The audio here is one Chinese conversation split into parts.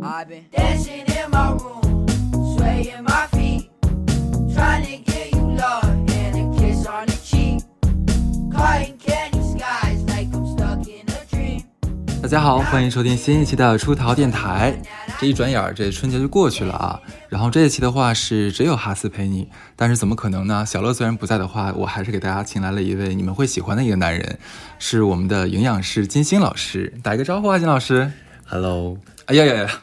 I've been dancing in my room, swaying my feet, trying to get you love and a kiss on the cheek, caught in candy skies like I'm stuck in a dream. 大家好，欢迎收听新一期的出逃电台。这一转眼这春节就过去了啊，然后这一期的话是只有哈斯陪你，但是怎么可能呢？小乐虽然不在的话，我还是给大家请来了一位你们会喜欢的一个男人，是我们的营养师金星老师。打一个招呼啊，金老师。 Hello。 哎呀呀呀，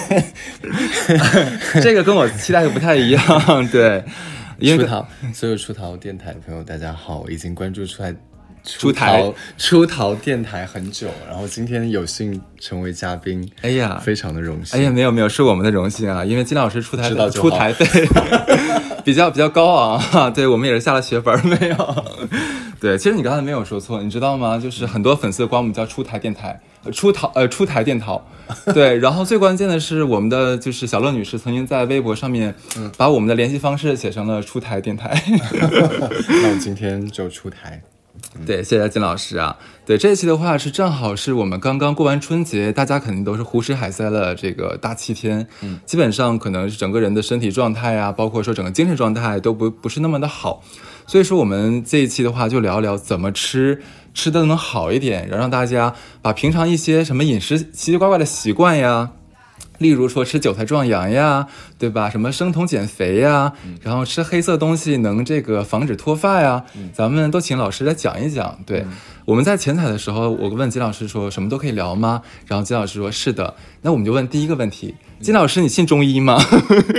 这个跟我期待的不太一样，对。 因为所有出逃电台的朋友大家好，我已经关注出逃电台很久，然后今天有幸成为嘉宾， 哎呀， 非常的荣幸。 哎呀，没有，是我们的荣幸啊，因为金老师出台费比较高昂啊，对，我们也是下了血本没有。对，其实你刚才没有说错，你知道吗？就是很多粉丝管我们叫出台电台，出台电淘。对，然后最关键的是我们的就是小乐女士曾经在微博上面把我们的联系方式写成了出台电台。 那我今天就出台。 对，谢谢金老师啊。对，这一期的话是正好是我们刚刚过完春节，大家肯定都是胡吃海塞了这个大7天，基本上可能是整个人的身体状态啊，包括说整个精神状态都不是那么的好，所以说我们这一期的话就聊聊怎么吃的能好一点，然后让大家把平常一些什么饮食奇奇怪怪的习惯呀，例如说吃韭菜壮阳呀，对吧？什么生酮减肥呀，然后吃黑色东西能这个防止脱发呀，咱们都请老师来讲一讲。对，我们在前采的时候，我问金老师说什么都可以聊吗？然后金老师说是的。那我们就问第一个问题，金老师你信中医吗？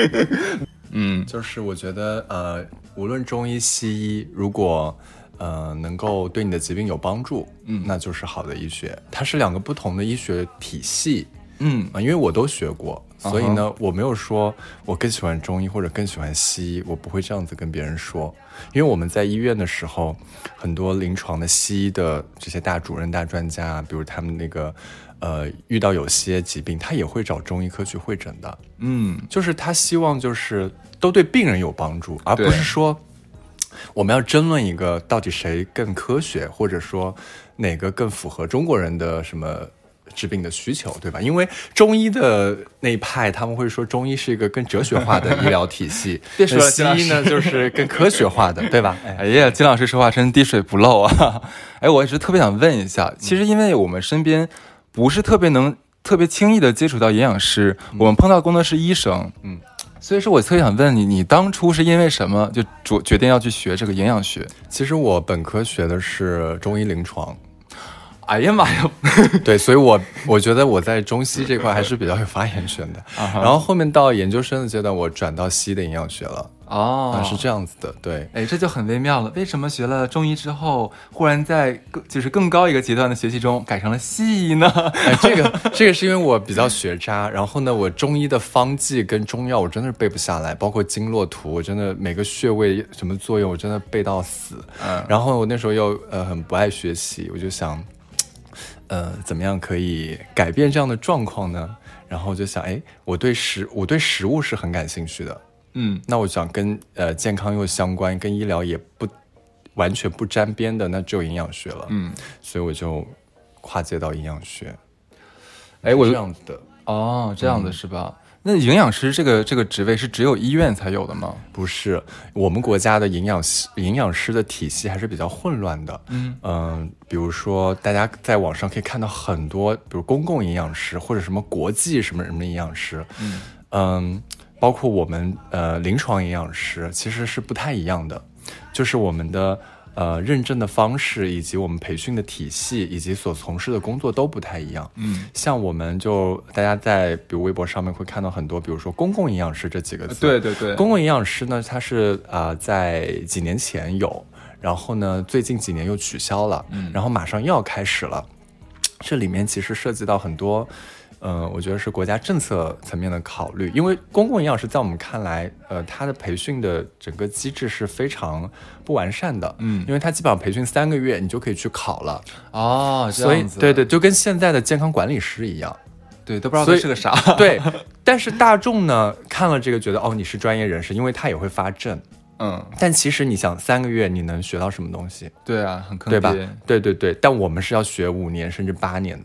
就是我觉得无论中医西医，如果能够对你的疾病有帮助，那就是好的医学。它是两个不同的医学体系。因为我都学过，所以呢，我没有说我更喜欢中医或者更喜欢西医，我不会这样子跟别人说。因为我们在医院的时候，很多临床的西医的这些大主任、大专家，比如他们那个遇到有些疾病，他也会找中医科去会诊的。就是他希望就是都对病人有帮助，而不是说我们要争论一个到底谁更科学，或者说哪个更符合中国人的什么治病的需求，对吧？因为中医的那一派他们会说中医是一个更哲学化的医疗体系， 别说了， 西医呢就是更科学化的，对吧？ 哎呀，金老师说话真滴水不漏啊！哎，我一直特别想问一下，其实因为我们身边不是特别轻易的接触到营养师，我们碰到工作是医生，所以说我特别想问你，你当初是因为什么就决定要去学这个营养学？ 其实我本科学的是中医临床。 哎呀妈呀！ 对，所以我觉得我在中西这块还是比较有发言权的。然后后面到研究生的阶段，我转到西的营养学了。是这样子的，对。 哎，这就很微妙了。为什么学了中医之后，忽然在就是更高一个阶段的学习中改成了西医呢？ 这个是因为我比较学渣，然后呢，我中医的方剂跟中药我真的是背不下来，包括经络图，我真的每个穴位什么作用，我真的背到死。然后我那时候又很不爱学习，我就想。怎么样可以改变这样的状况呢？然后我就想，我对食物是很感兴趣的，那我想跟健康又相关，跟医疗也不完全不沾边的，那只有营养学了，所以我就跨界到营养学。我这样子的这样子是吧？那营养师这个职位是只有医院才有的吗？ 不是，我们国家的营养师的体系还是比较混乱的。比如说大家在网上可以看到很多，比如公共营养师或者什么国际什么营养师，包括我们临床营养师其实是不太一样的，就是我们的认证的方式以及我们培训的体系以及所从事的工作都不太一样。像我们就大家在比如微博上面会看到很多，比如说公共营养师这几个字。 对， 公共营养师呢，它是在几年前有，然后呢最近几年又取消了，然后马上又要开始了。这里面其实涉及到很多我觉得是国家政策层面的考虑，因为公共营养师在我们看来，它的培训的整个机制是非常不完善的，因为它基本上培训3个月你就可以去考了。 这样子。 所以对，就跟现在的健康管理师一样， 对，都不知道这是个啥。 对，但是大众呢看了这个觉得你是专业人士，因为他也会发证。但其实你想3个月你能学到什么东西？ 对啊，很坑爹， 对吧？对，但我们是要学5年甚至8年的。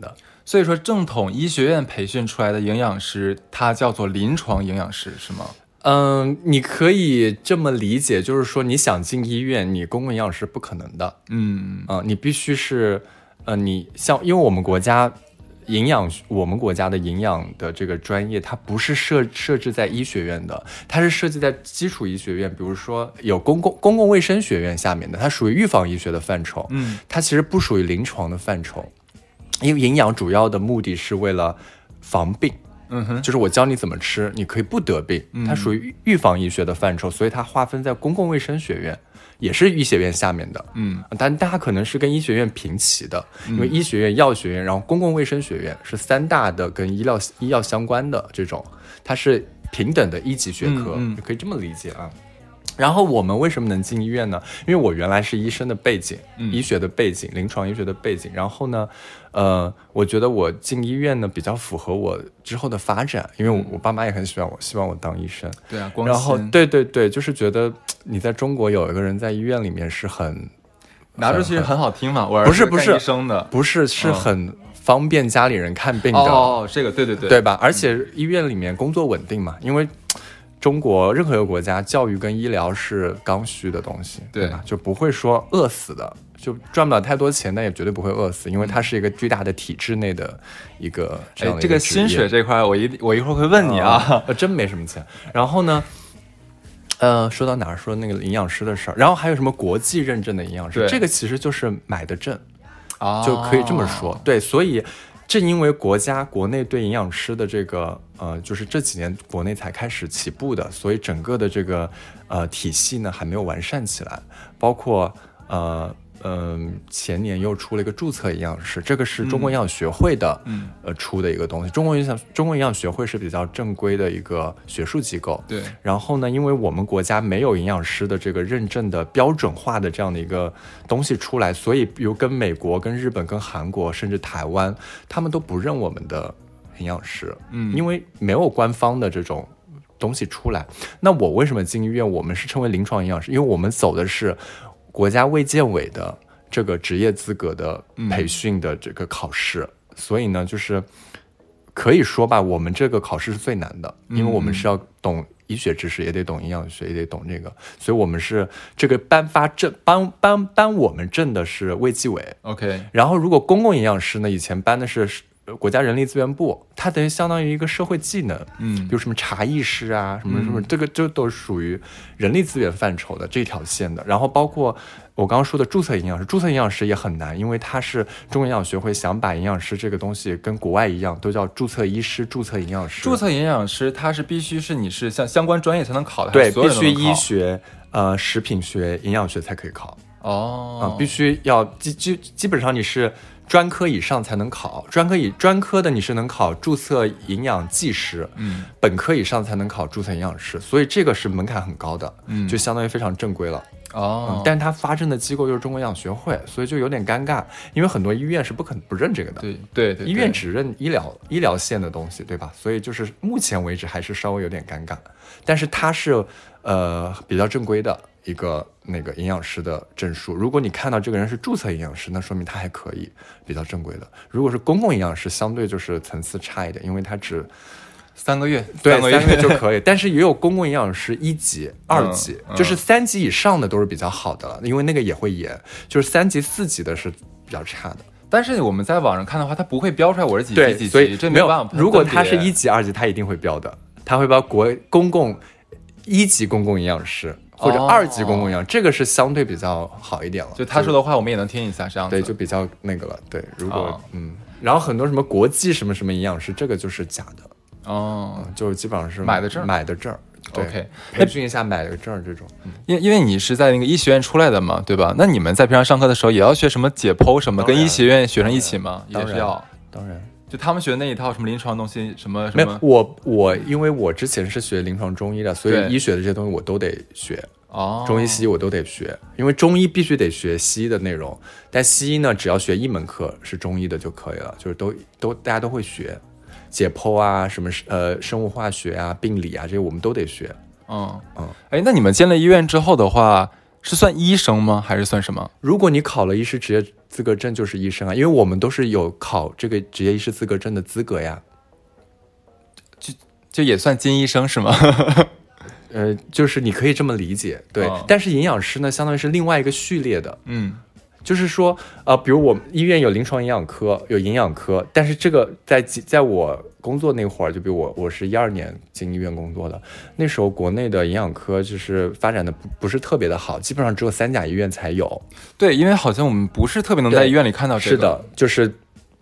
所以说正统医学院培训出来的营养师，它叫做临床营养师，是吗？ 你可以这么理解，就是说你想进医院，你公共营养师不可能的。你必须是，你像因为我们国家的营养的这个专业，它不是设置在医学院的，它是设计在基础医学院，比如说有公共卫生学院下面的，它属于预防医学的范畴。它其实不属于临床的范畴，因为营养主要的目的是为了防病。就是我教你怎么吃，你可以不得病，它属于预防医学的范畴，所以它划分在公共卫生学院，也是医学院下面的。但它可能是跟医学院平齐的，因为医学院、药学院，然后公共卫生学院是3大的跟医药相关的这种，它是平等的一级学科，可以这么理解啊。然后我们为什么能进医院呢？因为我原来是医生的背景，医学的背景，临床医学的背景。然后呢，我觉得我进医院呢比较符合我之后的发展，因为我爸妈也很希望我当医生。 对啊，光鲜。 然后对，就是觉得你在中国有一个人在医院里面是很拿出去很好听嘛，我不是干医生的， 不是是很方便家里人看病的。 这个对吧？而且医院里面工作稳定嘛，因为中国任何一个国家教育跟医疗是刚需的东西，对吧？就不会说饿死的，就赚不了太多钱，但也绝对不会饿死，因为它是一个巨大的体制内的一个这样的一个职业。 这个薪水这块我一会儿会问你啊， 真没什么钱。然后呢，说到哪儿？说那个营养师的事儿，然后还有什么国际认证的营养师，这个其实就是买的证，就可以这么说。对，所以正因为国内对营养师的这个就是这几年国内才开始起步的，所以整个的这个体系呢还没有完善起来，包括前年又出了一个注册营养师，这个是中国营养学会的出的一个东西。中国营养学会是比较正规的一个学术机构。 对。 然后呢，因为我们国家没有营养师的这个认证的标准化的这样的一个东西出来，所以比如跟美国、跟日本、跟韩国，甚至台湾，他们都不认我们的营养师。因为没有官方的这种东西出来。那我为什么进医院？我们是称为临床营养师，因为我们走的是国家卫健委的这个职业资格的培训的这个考试，所以呢，就是可以说吧，我们这个考试是最难的，因为我们是要懂医学知识，也得懂营养学，也得懂这个，所以我们是这个颁发证颁我们证的是卫计委。 OK， 然后如果公共营养师呢，以前颁的是国家人力资源部，它等于相当于一个社会技能，比如什么茶艺师啊，什么，这个就都属于人力资源范畴的这条线的。然后包括我刚刚说的注册营养师，注册营养师也很难，因为它是中国营养学会想把营养师这个东西跟国外一样，都叫注册医师、注册营养师。 注册营养师，它是必须是你是像相关专业才能考的， 对，必须医学、食品学、营养学才可以考。必须要基本上你是专科以上才能考，专科的你是能考注册营养技师，本科以上才能考注册营养师，所以这个是门槛很高的，就相当于非常正规了。但是它发证的机构又是中国营养学会，所以就有点尴尬，因为很多医院是不认这个的。 对， 医院只认医疗线的东西，对吧？所以就是目前为止还是稍微有点尴尬，但是它是比较正规的一个那个营养师的证书。如果你看到这个人是注册营养师，那说明他还可以，比较正规的。如果是公共营养师，相对就是层次差一点，因为他只 3个月， 对，3个月就可以。但是也有公共营养师1级、2级，就是3级以上的都是比较好的了，因为那个也会严，就是3级、4级的是比较差的。 但是我们在网上看的话，它不会标出来我是几级几级， 所以这没有办法。 如果他是1级、2级，他一定会标的，他会标公共1级公共营养师或者2级公共营养，这个是相对比较好一点了。 就他说的话，我们也能听一下，这样子对，就比较那个了。对，如果然后很多什么国际什么什么营养师，这个就是假的。就基本上是买的证。 OK， 培训一下买个证这种。 因为你是在那个医学院出来的嘛，对吧？那你们在平常上课的时候也要学什么解剖什么，跟医学院学生一起吗？也是要， 当然。 就他们学的那一套什么临床东西什么没有，我因为我之前是学临床中医的，所以医学的这些东西我都得学。中医西医我都得学，因为中医必须得学西医的内容，但西医呢只要学一门课是中医的就可以了，就是都大家都会学。解剖啊，什么生物化学啊、病理啊，这些我们都得学。 那你们进了医院之后的话， 是算医生吗？还是算什么？ 如果你考了医师职业资格证，就是医生啊，因为我们都是有考这个职业医师资格证的资格呀。 就也算金医生是吗？ 就是你可以这么理解，对。但是营养师呢，相当于是另外一个序列的，就是说，比如我们医院有临床营养科，有营养科，但是这个在我工作那会儿，就比如我是12年进医院工作的，那时候国内的营养科就是发展的不是特别的好，基本上只有3甲医院才有。 对，因为好像我们不是特别能在医院里看到这个。 是的，就是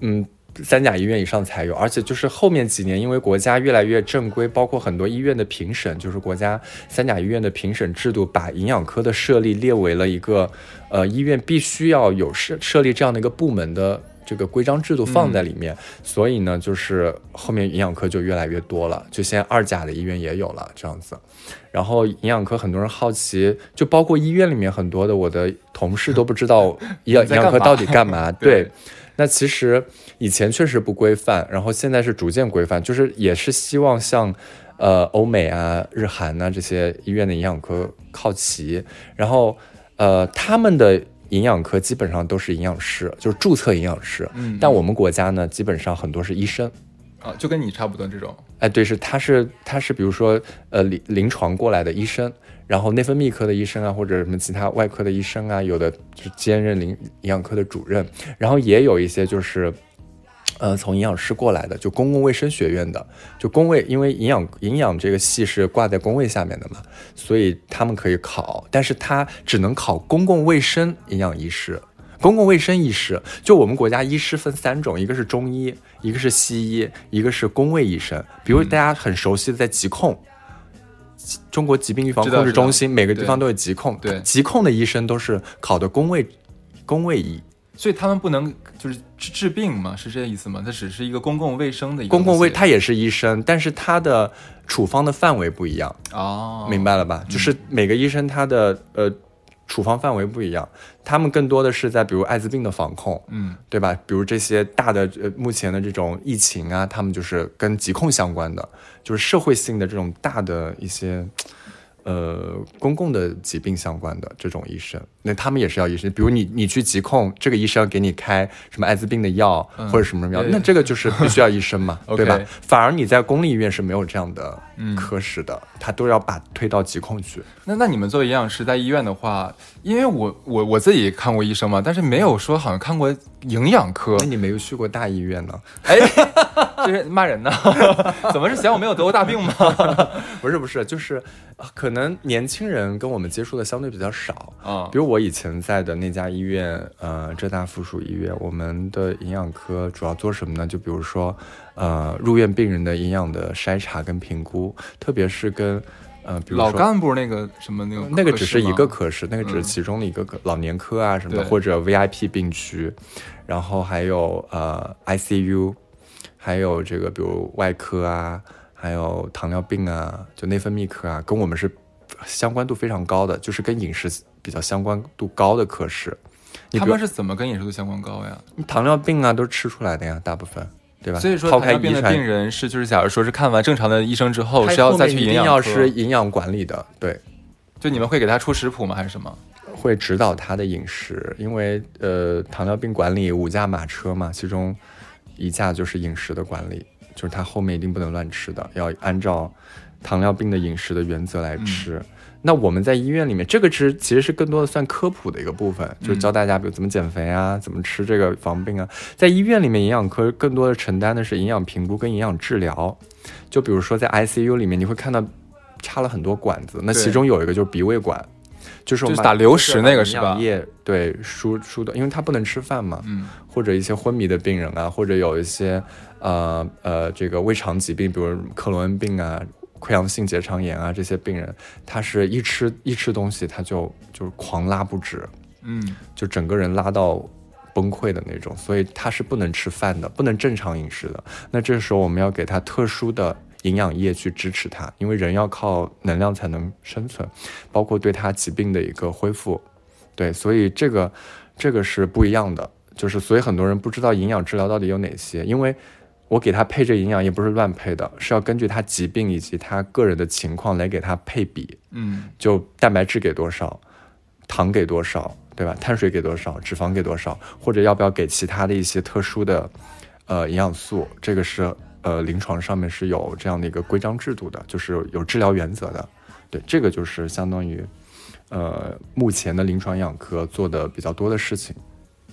3甲医院以上才有，而且就是后面几年，因为国家越来越正规，包括很多医院的评审，就是国家3甲医院的评审制度，把营养科的设立列为了一个医院必须要有设立这样的一个部门的这个规章制度放在里面，所以呢，就是后面营养科就越来越多了，就现在2甲的医院也有了这样子。然后营养科很多人好奇，就包括医院里面很多的我的同事都不知道营养科到底干嘛。对。那其实以前确实不规范，然后现在是逐渐规范，就是也是希望像欧美啊、日韩啊这些医院的营养科靠齐，然后他们的营养科基本上都是营养师，就是注册营养师，但我们国家呢基本上很多是医生啊，就跟你差不多这种。 哎，对，他是比如说临床过来的医生，然后内分泌科的医生啊，或者什么其他外科的医生啊，有的是兼任营养科的主任，然后也有一些就是从营养师过来的，就公共卫生学院的，就公卫，因为营养这个系是挂在公卫下面的嘛，所以他们可以考，但是他只能考公共卫生营养医师。公共卫生医师，就我们国家医师分3种，一个是中医，一个是西医，一个是公卫医生。比如大家很熟悉的在疾控，中国疾病预防控制中心每个地方都有疾控， 对， 疾控的医生都是考的公卫医， 所以他们不能就是治病吗？是这意思吗？它只是一个公共卫生的一个公共卫，他也是医生，但是他的处方的范围不一样。明白了吧？就是每个医生他的处方范围不一样，他们更多的是在比如艾滋病的防控，对吧？比如这些大的目前的这种疫情啊，他们就是跟疾控相关的，就是社会性的这种大的一些公共的疾病相关的这种医生，那他们也是要医生。比如你去疾控，这个医生要给你开什么艾滋病的药，或者什么药，那这个就是必须要医生嘛，对吧？反而你在公立医院是没有这样的科室的，他都要把推到疾控去。 那你们作为营养师在医院的话，因为我自己看过医生嘛，但是没有说好像看过营养科。 那你没有去过大医院呢？ 哎，这是骂人呢？怎么是嫌我没有得过大病吗？ 不是，就是可能年轻人跟我们接触的相对比较少啊。 比如我以前在的那家医院，浙大附属医院，我们的营养科主要做什么呢？就比如说，入院病人的营养的筛查跟评估，特别是跟比如说老干部那个什么那个只是一个科室，那个只是其中的一个老年科啊什么的，或者 VIP 病区，然后还有ICU， 还有这个比如外科啊，还有糖尿病啊，就内分泌科啊，跟我们是相关度非常高的，就是跟饮食比较相关度高的科室。 他们是怎么跟饮食度相关高呀？ 糖尿病啊都是吃出来的呀，大部分。对吧？ 所以说，糖尿病的病人是就是，假如说是看完正常的医生之后，是要再去营养科， 要是营养管理的，对。 就你们会给他出食谱吗？还是什么？ 会指导他的饮食，因为糖尿病管理5驾马车嘛，其中1驾就是饮食的管理，就是他后面一定不能乱吃的，要按照糖尿病的饮食的原则来吃。那我们在医院里面，这个其实是更多的算科普的一个部分，就是教大家比如怎么减肥啊，怎么吃这个防病啊。在医院里面，营养科更多的承担的是营养评估跟营养治疗。就比如说在 ICU 里面，你会看到插了很多管子，那其中有一个就是鼻胃管，就是我们打流食那个是吧？ 营养液对输的，因为他不能吃饭嘛，或者一些昏迷的病人啊，或者有一些这个胃肠疾病，比如克罗恩病啊。溃疡性结肠炎啊，这些病人他是一吃东西他就是狂拉不止，就整个人拉到崩溃的那种，所以他是不能吃饭的，不能正常饮食的。那这时候我们要给他特殊的营养液去支持他，因为人要靠能量才能生存，包括对他疾病的一个恢复。对，所以这个是不一样的，就是所以很多人不知道营养治疗到底有哪些，因为我给他配这营养液不是乱配的，是要根据他疾病以及他个人的情况来给他配比。就蛋白质给多少， 糖给多少，对吧？碳水给多少，脂肪给多少，或者要不要给其他的一些特殊的营养素，这个是临床上面是有这样的一个规章制度的，就是有治疗原则的。对，这个就是相当于目前的临床营养科做的比较多的事情。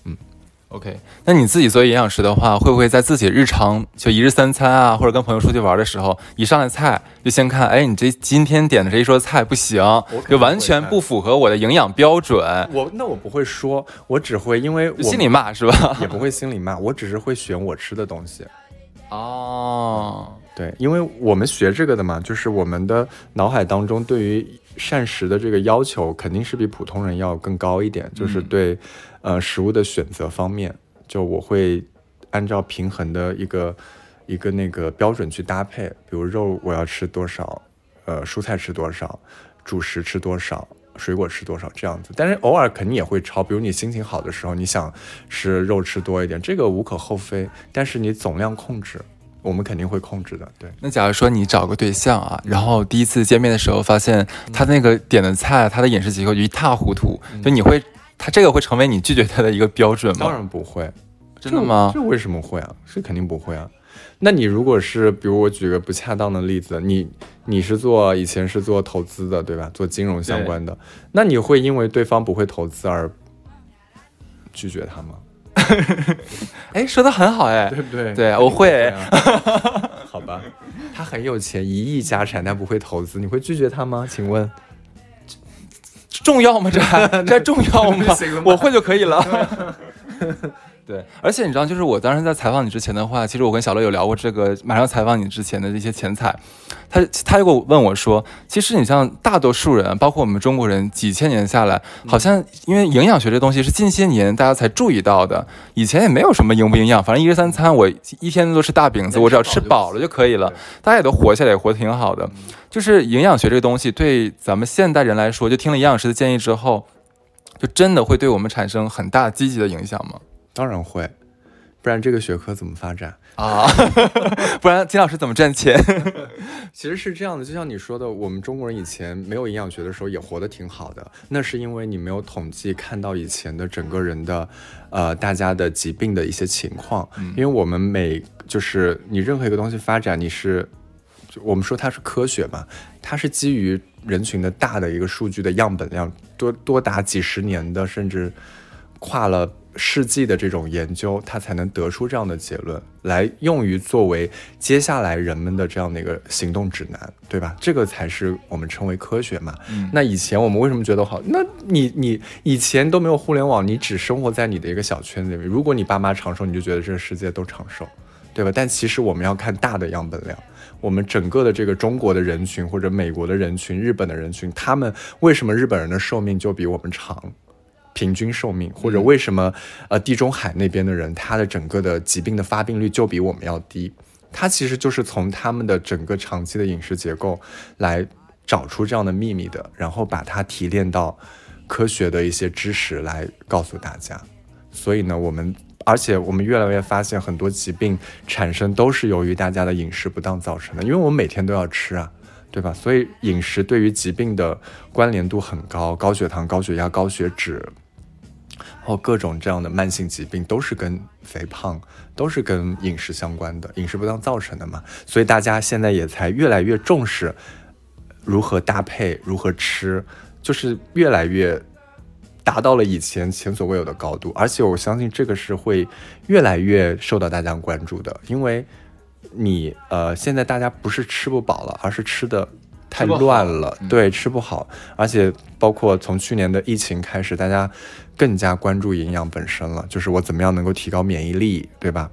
OK， 那你自己作为营养师的话，会不会在自己日常就一日三餐啊，或者跟朋友出去玩的时候，一上来菜就先看，哎，你这今天点的这一桌菜不行，就完全不符合我的营养标准。 我不会说，我只会因为我心里骂是吧？ 也不会心里骂，我只是会选我吃的东西。 哦， 对，因为我们学这个的嘛，就是我们的脑海当中对于膳食的这个要求肯定是比普通人要更高一点，就是对食物的选择方面，就我会按照平衡的一个那个标准去搭配，比如肉我要吃多少，蔬菜吃多少，主食吃多少，水果吃多少这样子。但是偶尔肯定也会超，比如你心情好的时候，你想吃肉吃多一点，这个无可厚非，但是你总量控制。我们肯定会控制的，对。 那假如说你找个对象啊，然后第一次见面的时候发现他那个点的菜，他的饮食结构就一塌糊涂，就他这个会成为你拒绝他的一个标准吗？ 当然不会。 真的吗？ 这为什么会啊？是肯定不会啊。那你如果是，比如我举个不恰当的例子，你以前是做投资的，对吧？做金融相关的，那你会因为对方不会投资而拒绝他吗？ 哎，说的很好哎， 对不对？ 对，我会。 好吧，他很有钱，1亿家产，他不会投资，你会拒绝他吗？请问重要吗？这重要吗？我会就可以了。对，而且你知道，就是我当时在采访你之前的话，其实我跟小乐有聊过这个，马上采访你之前的这些前采，他就问我说，其实你像大多数人，包括我们中国人，几千年下来，好像因为营养学这东西是近些年大家才注意到的，以前也没有什么营不营养，反正一日三餐我一天都吃大饼子，我只要吃饱了就可以了，大家也都活下来，也活得挺好的。就是营养学这个东西，对咱们现代人来说，就听了营养师的建议之后，就真的会对我们产生很大积极的影响吗？ 当然会，不然这个学科怎么发展啊？不然金老师怎么赚钱？ 其实是这样的，就像你说的，我们中国人以前没有营养学的时候也活得挺好的，那是因为你没有统计看到以前的整个人的大家的疾病的一些情况，因为我们就是你任何一个东西发展，我们说它是科学嘛，它是基于人群的大的一个数据的样本量，多达几十年的，甚至跨了世纪的这种研究，它才能得出这样的结论，来用于作为接下来人们的这样的一个行动指南，对吧？这个才是我们称为科学嘛。那以前我们为什么觉得好？那你以前都没有互联网，你只生活在你的一个小圈子里面，如果你爸妈长寿，你就觉得这个世界都长寿，对吧？但其实我们要看大的样本量，我们整个的这个中国的人群，或者美国的人群，日本的人群，他们为什么日本人的寿命就比我们长？平均寿命，或者为什么地中海那边的人他的整个的疾病的发病率就比我们要低，它其实就是从他们的整个长期的饮食结构来找出这样的秘密的，然后把它提炼到科学的一些知识来告诉大家。所以呢，而且我们越来越发现很多疾病产生都是由于大家的饮食不当造成的，因为我们每天都要吃啊，对吧？所以饮食对于疾病的关联度很高，高血糖、高血压、高血脂，或各种这样的慢性疾病都是跟肥胖，都是跟饮食相关的，饮食不当造成的嘛。所以大家现在也才越来越重视如何搭配，如何吃，就是越来越达到了以前前所未有的高度。而且我相信这个是会越来越受到大家关注的，因为你现在大家不是吃不饱了，而是吃的太乱了，对，吃不好。而且包括从去年的疫情开始，大家更加关注营养本身了，就是我怎么样能够提高免疫力，对吧？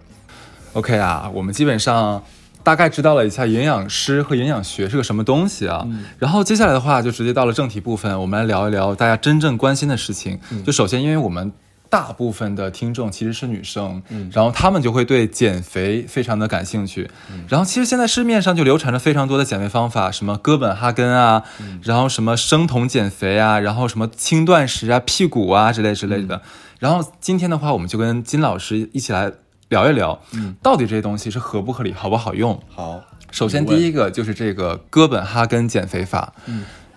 OK 啊，我们基本上大概知道了一下营养师和营养学是个什么东西啊，然后接下来的话就直接到了正题部分，我们来聊一聊大家真正关心的事情。就首先因为我们大部分的听众其实是女生，然后她们就会对减肥非常的感兴趣，然后其实现在市面上就流传着非常多的减肥方法，什么哥本哈根啊，然后什么生酮减肥啊，然后什么轻断食啊、辟谷啊之类的。然后今天的话，我们就跟金老师一起来聊一聊，到底这些东西是合不合理、好不好用。 好， 首先第一个就是这个哥本哈根减肥法。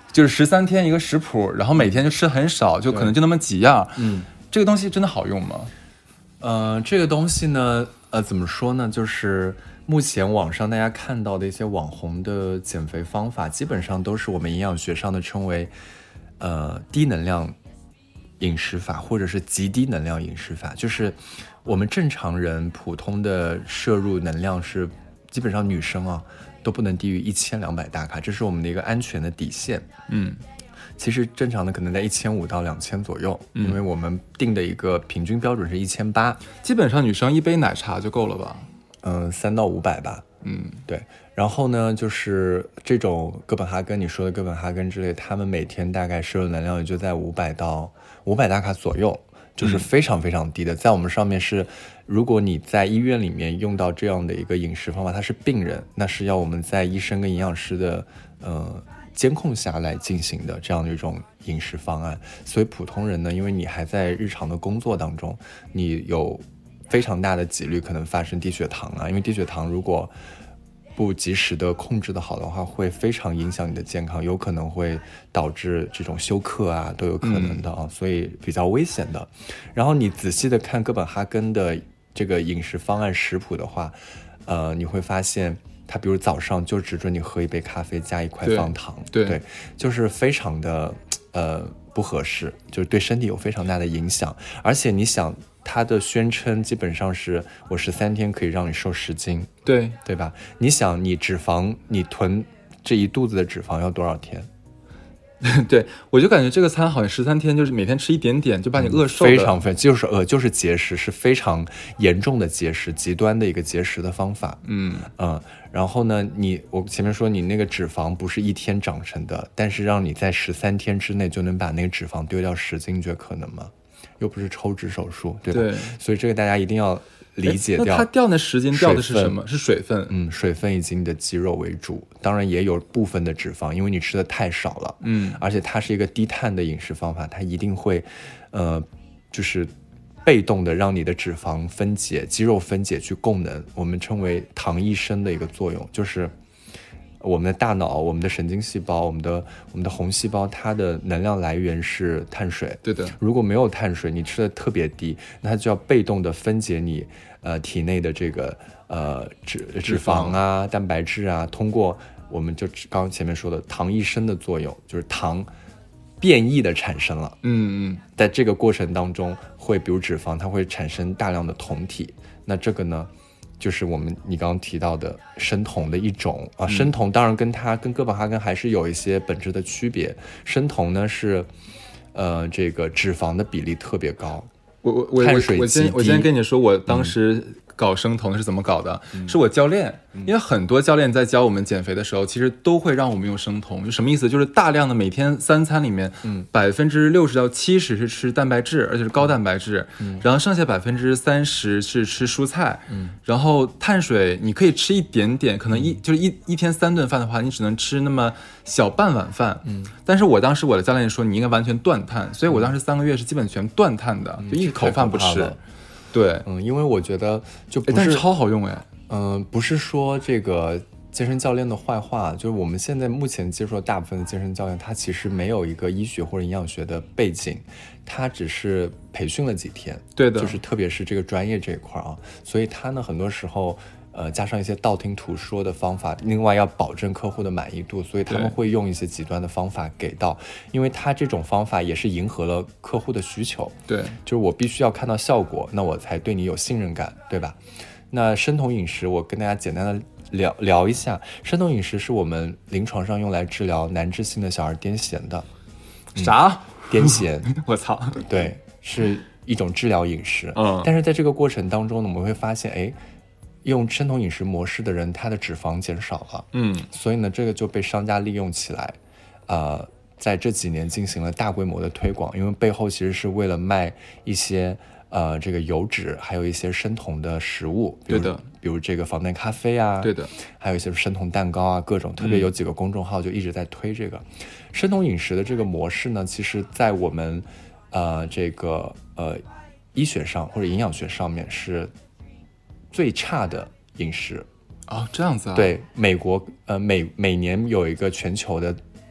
就是13天一个食谱，然后每天就吃很少，就可能就那么几样。这个东西真的好用吗？ 这个东西呢，怎么说呢？就是目前网上大家看到的一些网红的减肥方法，基本上都是我们营养学上的称为低能量饮食法，或者是极低能量饮食法。就是我们正常人普通的摄入能量是基本上女生啊都不能低于1200大卡，这是我们的一个安全的底线。其实正常的可能在1500到2000左右，因为我们定的一个平均标准是1800， 基本上女生一杯奶茶就够了吧 ？3到500吧。对。然后呢，就是这种哥本哈根，你说的哥本哈根之类，他们每天大概摄入能量也就在500到500大卡左右，就是非常非常低的。在我们上面是，如果你在医院里面用到这样的一个饮食方法，它是病人，那是要我们在医生跟营养师的监控下来进行的这样的一种饮食方案。所以普通人呢，因为你还在日常的工作当中，你有非常大的几率可能发生低血糖啊，因为低血糖如果不及时的控制的好的话，会非常影响你的健康，有可能会导致这种休克啊，都有可能的啊，所以比较危险的。然后你仔细的看哥本哈根的这个饮食方案食谱的话，你会发现它比如早上就只准你喝一杯咖啡加1块方糖，对，就是非常的不合适，就是对身体有非常大的影响。而且你想，它的宣称基本上是我13天可以让你瘦10斤，对吧？你想，你脂肪你囤这一肚子的脂肪要多少天？ 对，我就感觉这个餐好像13天，就是每天吃一点点就把你饿瘦了， 非常就是节食，是非常严重的节食，极端的一个节食的方法。然后呢，我前面说你那个脂肪不是一天长成的，但是让你在13天之内就能把那个脂肪丢掉10斤，你觉得可能吗？又不是抽脂手术，对吧？对，所以这个大家一定要理解掉。 那它掉那10斤掉的是什么？是水分。 水分以及你的肌肉为主，当然也有部分的脂肪，因为你吃的太少了。而且它是一个低碳的饮食方法，它一定会，就是被动的让你的脂肪分解、肌肉分解去供能，我们称为糖益生的一个作用，就是我们的大脑、我们的神经细胞、我们的红细胞，它的能量来源是碳水。 对的， 如果没有碳水，你吃的特别低，那它就要被动的分解你体内的这个脂肪啊、蛋白质啊，通过我们就刚刚前面说的糖益生的作用，就是糖变异的产生了。在这个过程当中，比如脂肪，它会产生大量的酮体。那这个呢，就是你刚刚提到的生酮的一种啊。生酮当然跟哥本哈根还是有一些本质的区别。生酮呢是这个脂肪的比例特别高，碳水极低。 我先跟你说，我当时搞生酮是怎么搞的，是我教练，因为很多教练在教我们减肥的时候，其实都会让我们用生酮。就什么意思？就是大量的每天3餐里面，60%到70%是吃蛋白质，而且是高蛋白质，然后剩下30%是吃蔬菜，然后碳水你可以吃一点点，可能一天3顿饭的话，你只能吃那么小半碗饭，但是我当时我的教练说你应该完全断碳，所以我当时3个月是基本全断碳的，就一口饭不吃。对， 因为我觉得就不是， 但是超好用哎。 不是说这个健身教练的坏话，就是我们现在目前接触的大部分的健身教练，他其实没有一个医学或者营养学的背景，他只是培训了几天。 对的， 就是特别是这个专业这一块啊，所以他呢很多时候加上一些道听途说的方法，另外要保证客户的满意度，所以他们会用一些极端的方法给到，因为他这种方法也是迎合了客户的需求。 对， 就是我必须要看到效果，那我才对你有信任感，对吧？那生酮饮食我跟大家简单的聊一下，生酮饮食是我们临床上用来治疗难治性的小儿癫痫的。 啥？ 癫痫？ 我操！ 对，是一种治疗饮食。但是在这个过程当中呢，我们会发现，用生酮饮食模式的人，他的脂肪减少了。所以呢，这个就被商家利用起来，在这几年进行了大规模的推广，因为背后其实是为了卖一些这个油脂，还有一些生酮的食物。 对的， 比如这个防弹咖啡啊， 对的，还有一些生酮蛋糕啊，各种，特别有几个公众号就一直在推这个生酮饮食的这个模式呢。其实在我们这个医学上或者营养学上面是最差的饮食。 这样子啊？ 对，美国每年有一个全球的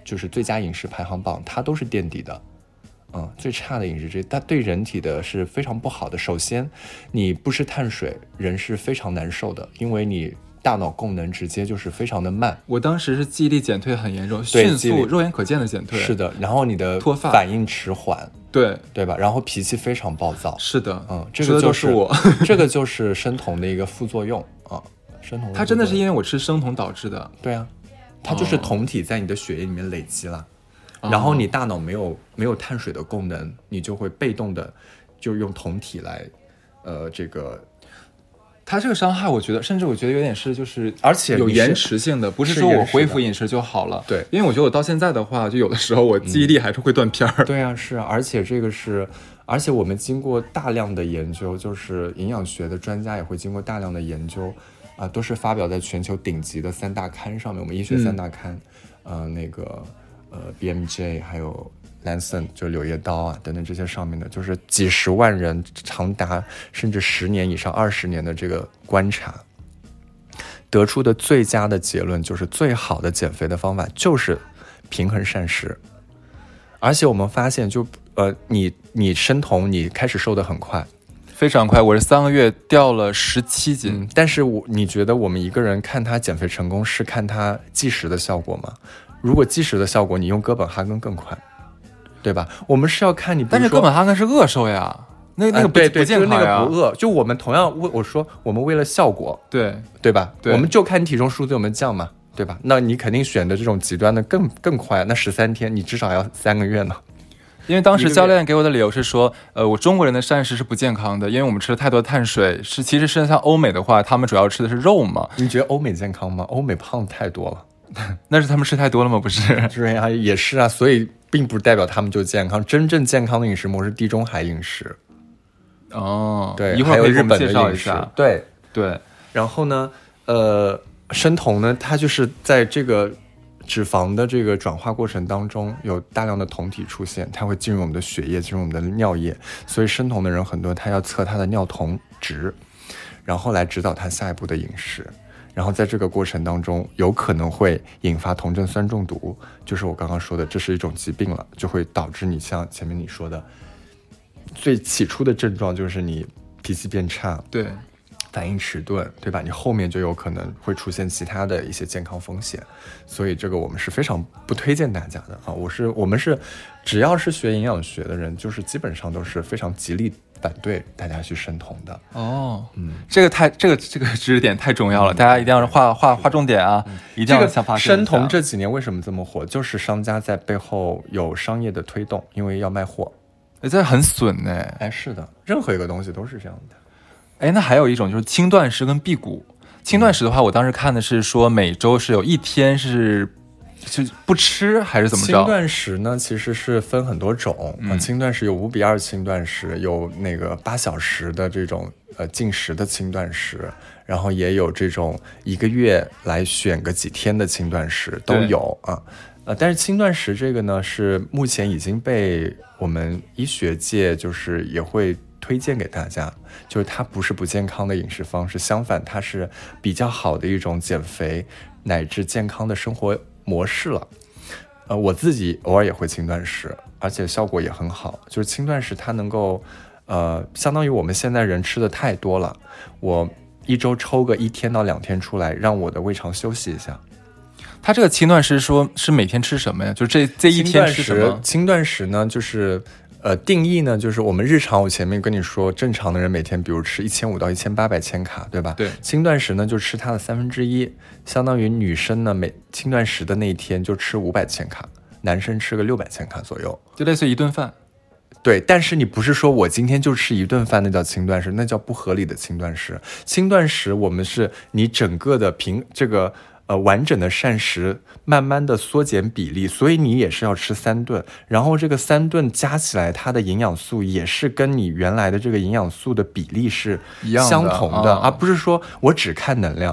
就是最佳饮食排行榜，它都是垫底的。最差的饮食它对人体的是非常不好的。首先，你不吃碳水，人是非常难受的，因为你大脑功能直接就是非常的慢。 我当时是记忆力减退很严重，迅速肉眼可见的减退。 是的，然后你的脱发反应迟缓， 对吧？然后脾气非常暴躁。 是的， 这个就是我， 这个就是生酮的一个副作用啊。生酮它真的是因为我吃生酮导致的。 对啊，它就是酮体在你的血液里面累积了。然后你大脑没有碳水的功能，你就会被动的就用酮体来，这个， 它这个伤害，我觉得有点是就是， 而且有延迟性的，不是说我恢复饮食就好了。 对， 因为我觉得我到现在的话，就有的时候我记忆力还是会断片儿。 对啊，是啊，而且我们经过大量的研究，就是营养学的专家也会经过大量的研究，都是发表在全球顶级的3大刊上面，我们医学3大刊，BMJ 还有 Lancet 就柳叶刀啊等等这些上面的，就是几十万人长达甚至10年以上20年的这个观察，得出的最佳的结论就是最好的减肥的方法就是平衡膳食。而且我们发现你生酮你开始瘦得很快， 非常快，我是3个月掉了17斤。 但是你觉得我们一个人看他减肥成功是看他计时的效果吗？如果计时的效果，你用哥本哈根更快，对吧？我们是要看你， 但是哥本哈根是饿瘦呀，那个不健康呀， 就是那个不饿。就我们同样，我说我们为了效果，对吧？ 对， 我们就看你体重数字有没有降嘛，对吧？那你肯定选的这种极端的更快，那13天你至少要3个月呢。 因为当时教练给我的理由是说，我中国人的膳食是不健康的，因为我们吃了太多碳水。其实像欧美的话，他们主要吃的是肉嘛。 你觉得欧美健康吗？欧美胖太多了。 那是他们吃太多了吗？不是， 对啊，也是啊，所以并不代表他们就健康。真正健康的饮食模式，地中海饮食。对， 一会儿可以给我们介绍一下。 对。 然后呢，生酮呢，它就是在这个脂肪的这个转化过程当中，有大量的酮体出现，它会进入我们的血液，进入我们的尿液。所以生酮的人很多，他要测他的尿酮值，然后来指导他下一步的饮食。然后在这个过程当中，有可能会引发酮症酸中毒，就是我刚刚说的，这是一种疾病了，就会导致你像前面你说的，最起初的症状就是你脾气变差， 对， 反应迟钝，对吧？你后面就有可能会出现其他的一些健康风险，所以这个我们是非常不推荐大家的啊！我们是只要是学营养学的人，就是基本上都是非常极力反对大家去生酮的。 这个知识点太重要了，大家一定要划重点啊！一定要想发现。 生酮这几年为什么这么火？就是商家在背后有商业的推动，因为要卖货。 这很损是的，任何一个东西都是这样的。那还有一种就是轻断食跟辟谷。轻断食的话，我当时看的是说每周是有1天是就不吃还是怎么着？ 轻断食呢，其实是分很多种。轻断食有5:2轻断食，有那个8小时的这种禁食的轻断食，然后也有这种1个月来选个几天的轻断食都有啊。但是轻断食这个呢，是目前已经被我们医学界就是也会推荐给大家，就是它不是不健康的饮食方式，相反它是比较好的一种减肥乃至健康的生活模式了。我自己偶尔也会轻断食，而且效果也很好。就是轻断食它能够相当于我们现在人吃的太多了，我1周抽个1天到2天出来，让我的胃肠休息一下。 它这个轻断食说是每天吃什么呀？就这1天吃什么？ 轻断食呢，就是定义呢，就是我们日常我前面跟你说，正常的人每天比如吃1500到1800千卡，对吧？ 对。 轻断食呢就吃它的1/3，相当于女生呢轻断食的那一天就吃500千卡，男生吃个600千卡左右， 就类似于1顿饭。 对，但是你不是说我今天就吃1顿饭，那叫轻断食，那叫不合理的轻断食。轻断食我们是你整个的完整的膳食慢慢的缩减比例，所以你也是要吃3顿，然后这个3顿加起来它的营养素也是跟你原来的这个营养素的比例是相同的，而不是说我只看能量。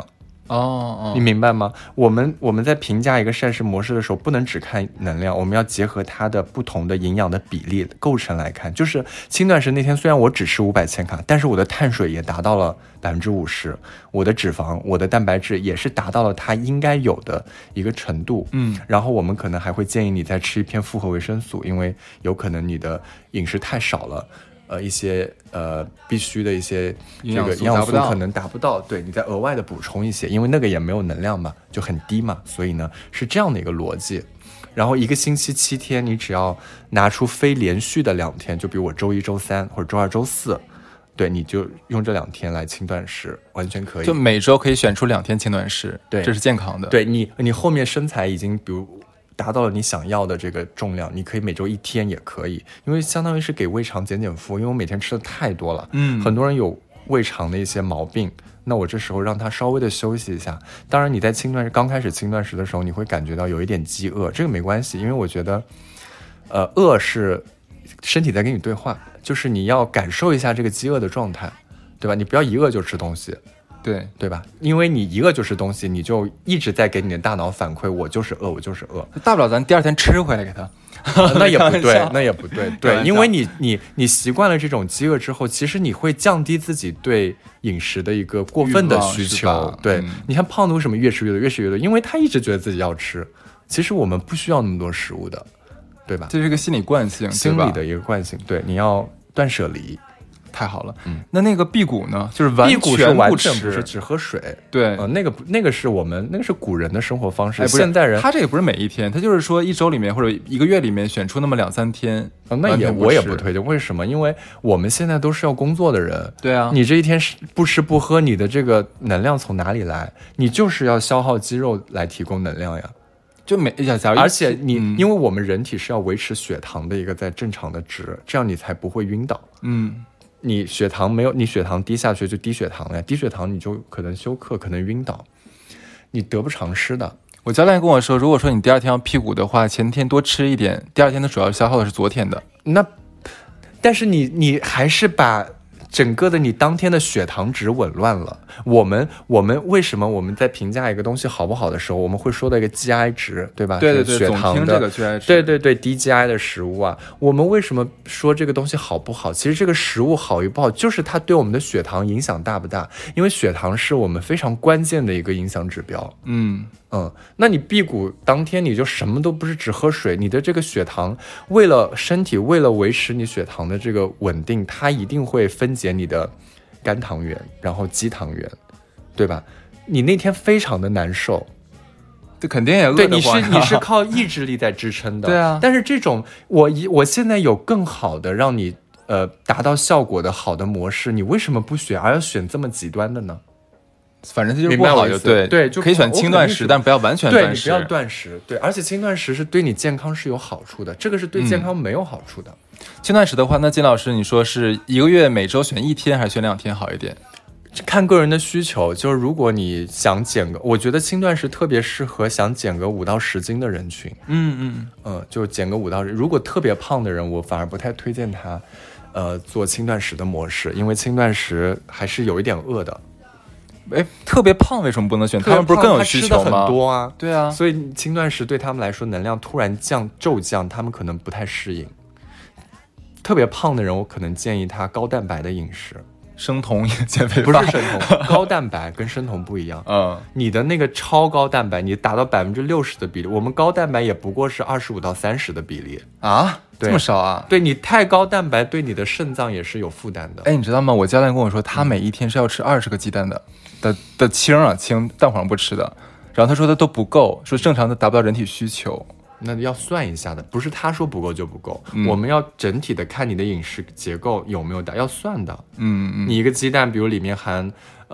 你明白吗？我们在评价一个膳食模式的时候，不能只看能量，我们要结合它的不同的营养的比例构成来看。就是轻断食那天，虽然我只吃500千卡，但是我的碳水也达到了50%，我的脂肪、我的蛋白质也是达到了它应该有的一个程度。然后我们可能还会建议你再吃一片复合维生素，因为有可能你的饮食太少了。一些必须的一些这个营养素可能达不到，对，你再额外的补充一些，因为那个也没有能量嘛，就很低嘛，所以呢是这样的一个逻辑。然后一个星期7天，你只要拿出非连续的2天，就比如我周1、周3或者周2、周4，对，你就用这2天来轻断食，完全可以。 就每周可以选出2天轻断食， 对， 这是健康的。 对你后面身材已经比如达到了你想要的这个重量，你可以每周1天也可以，因为相当于是给胃肠减负，因为我每天吃的太多了，很多人有胃肠的一些毛病，那我这时候让他稍微的休息一下。当然你在刚开始轻断食的时候，你会感觉到有一点饥饿，这个没关系，因为我觉得饿是身体在跟你对话，就是你要感受一下这个饥饿的状态，对吧？你不要一饿就吃东西，对吧？因为你一饿就吃东西，你就一直在给你的大脑反馈我就是饿，我就是饿。 大不了咱第2天吃回来给他。 那也不对，那也不对，对，因为你习惯了这种饥饿之后，其实你会降低自己对饮食的一个过分的需求。对，你看胖子为什么越吃越多？因为他一直觉得自己要吃。其实我们不需要那么多食物的，对吧？ 这是一个心理惯性， 心理的一个惯性。对，你要断舍离。 太好了，那个辟谷呢？就是完全不吃， 不是只喝水。 对， 那个是古人的生活方式。现代人他这也不是每一天，他就是说1周里面或者1个月里面选出那么2-3天。 那我也不推荐，为什么？因为我们现在都是要工作的人。 对啊， 你这一天不吃不喝，你的这个能量从哪里来？你就是要消耗肌肉来提供能量呀。 就而且因为我们人体是要维持血糖的一个在正常的值，这样你才不会晕倒。你血糖低下去就低血糖了，低血糖你就可能休克，可能晕倒，你得不偿失的。 我教练跟我说，如果说你第2天要辟谷的话，前天多吃一点，第2天的主要消耗的是昨天的。 但是你还是把整个的你当天的血糖值紊乱了。我们为什么我们在评价一个东西好不好的时候，我们会说到一个 GI 值，对吧？ 对， 血糖的总听这个 GI 值。 对，低 GI 的食物啊，我们为什么说这个东西好不好？其实这个食物好与不好，就是它对我们的血糖影响大不大？因为血糖是我们非常关键的一个影响指标。那你辟谷当天你就什么都不是，只喝水，你的这个血糖为了维持你血糖的这个稳定，它一定会分解你的肝糖原，然后肌糖原，对吧？你那天非常的难受， 这肯定也饿得慌。 对，你是靠意志力在支撑的。 对啊， 但是这种我现在有更好的让你达到效果的好的模式，你为什么不选，而要选这么极端的呢？ 反正它就是不好，就对， 就可以选轻断食，但不要完全断食。 对，你不要断食，对，而且轻断食是对你健康是有好处的，这个是对健康没有好处的。 轻断食的话，那金老师你说是1个月每周选1天还是选2天好一点？ 看个人的需求，就是如果你想我觉得轻断食特别适合想减个5到10斤的人群。就减个5到10，如果特别胖的人，我反而不太推荐他做轻断食的模式，因为轻断食还是有一点饿的。 特别胖为什么不能选？他们不是更有需求吗？ 他吃的很多啊， 对啊， 所以轻断食对他们来说能量突然骤降，他们可能不太适应。特别胖的人，我可能建议他高蛋白的饮食。 生酮减肥法不是生酮，高蛋白跟生酮不一样。你的那个超高蛋白，你达到60%的比例，我们高蛋白也不过是25到30的比例啊，这么少啊？ 对，你太高蛋白对你的肾脏也是有负担的。 你知道吗？我教练跟我说，他每一天是要吃20个鸡蛋的清蛋黄不吃的，然后他说他都不够，说正常的达不到人体需求。 那要算一下的，不是他说不够就不够，我们要整体的看你的饮食结构有没有要算的。你一个鸡蛋，比如里面含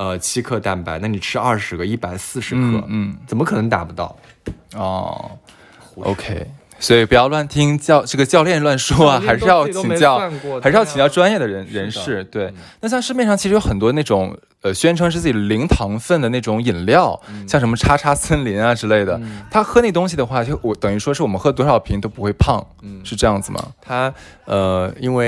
7克蛋白，那你吃20个140克，怎么可能达不到 ？OK， 所以不要乱听这个教练乱说啊，还是要请教专业的人士。对，那像市面上其实有很多那种宣称是自己零糖分的那种饮料，像什么叉叉森林啊之类的，他喝那东西的话，就等于说是我们喝多少瓶都不会胖，是这样子吗？ 他因为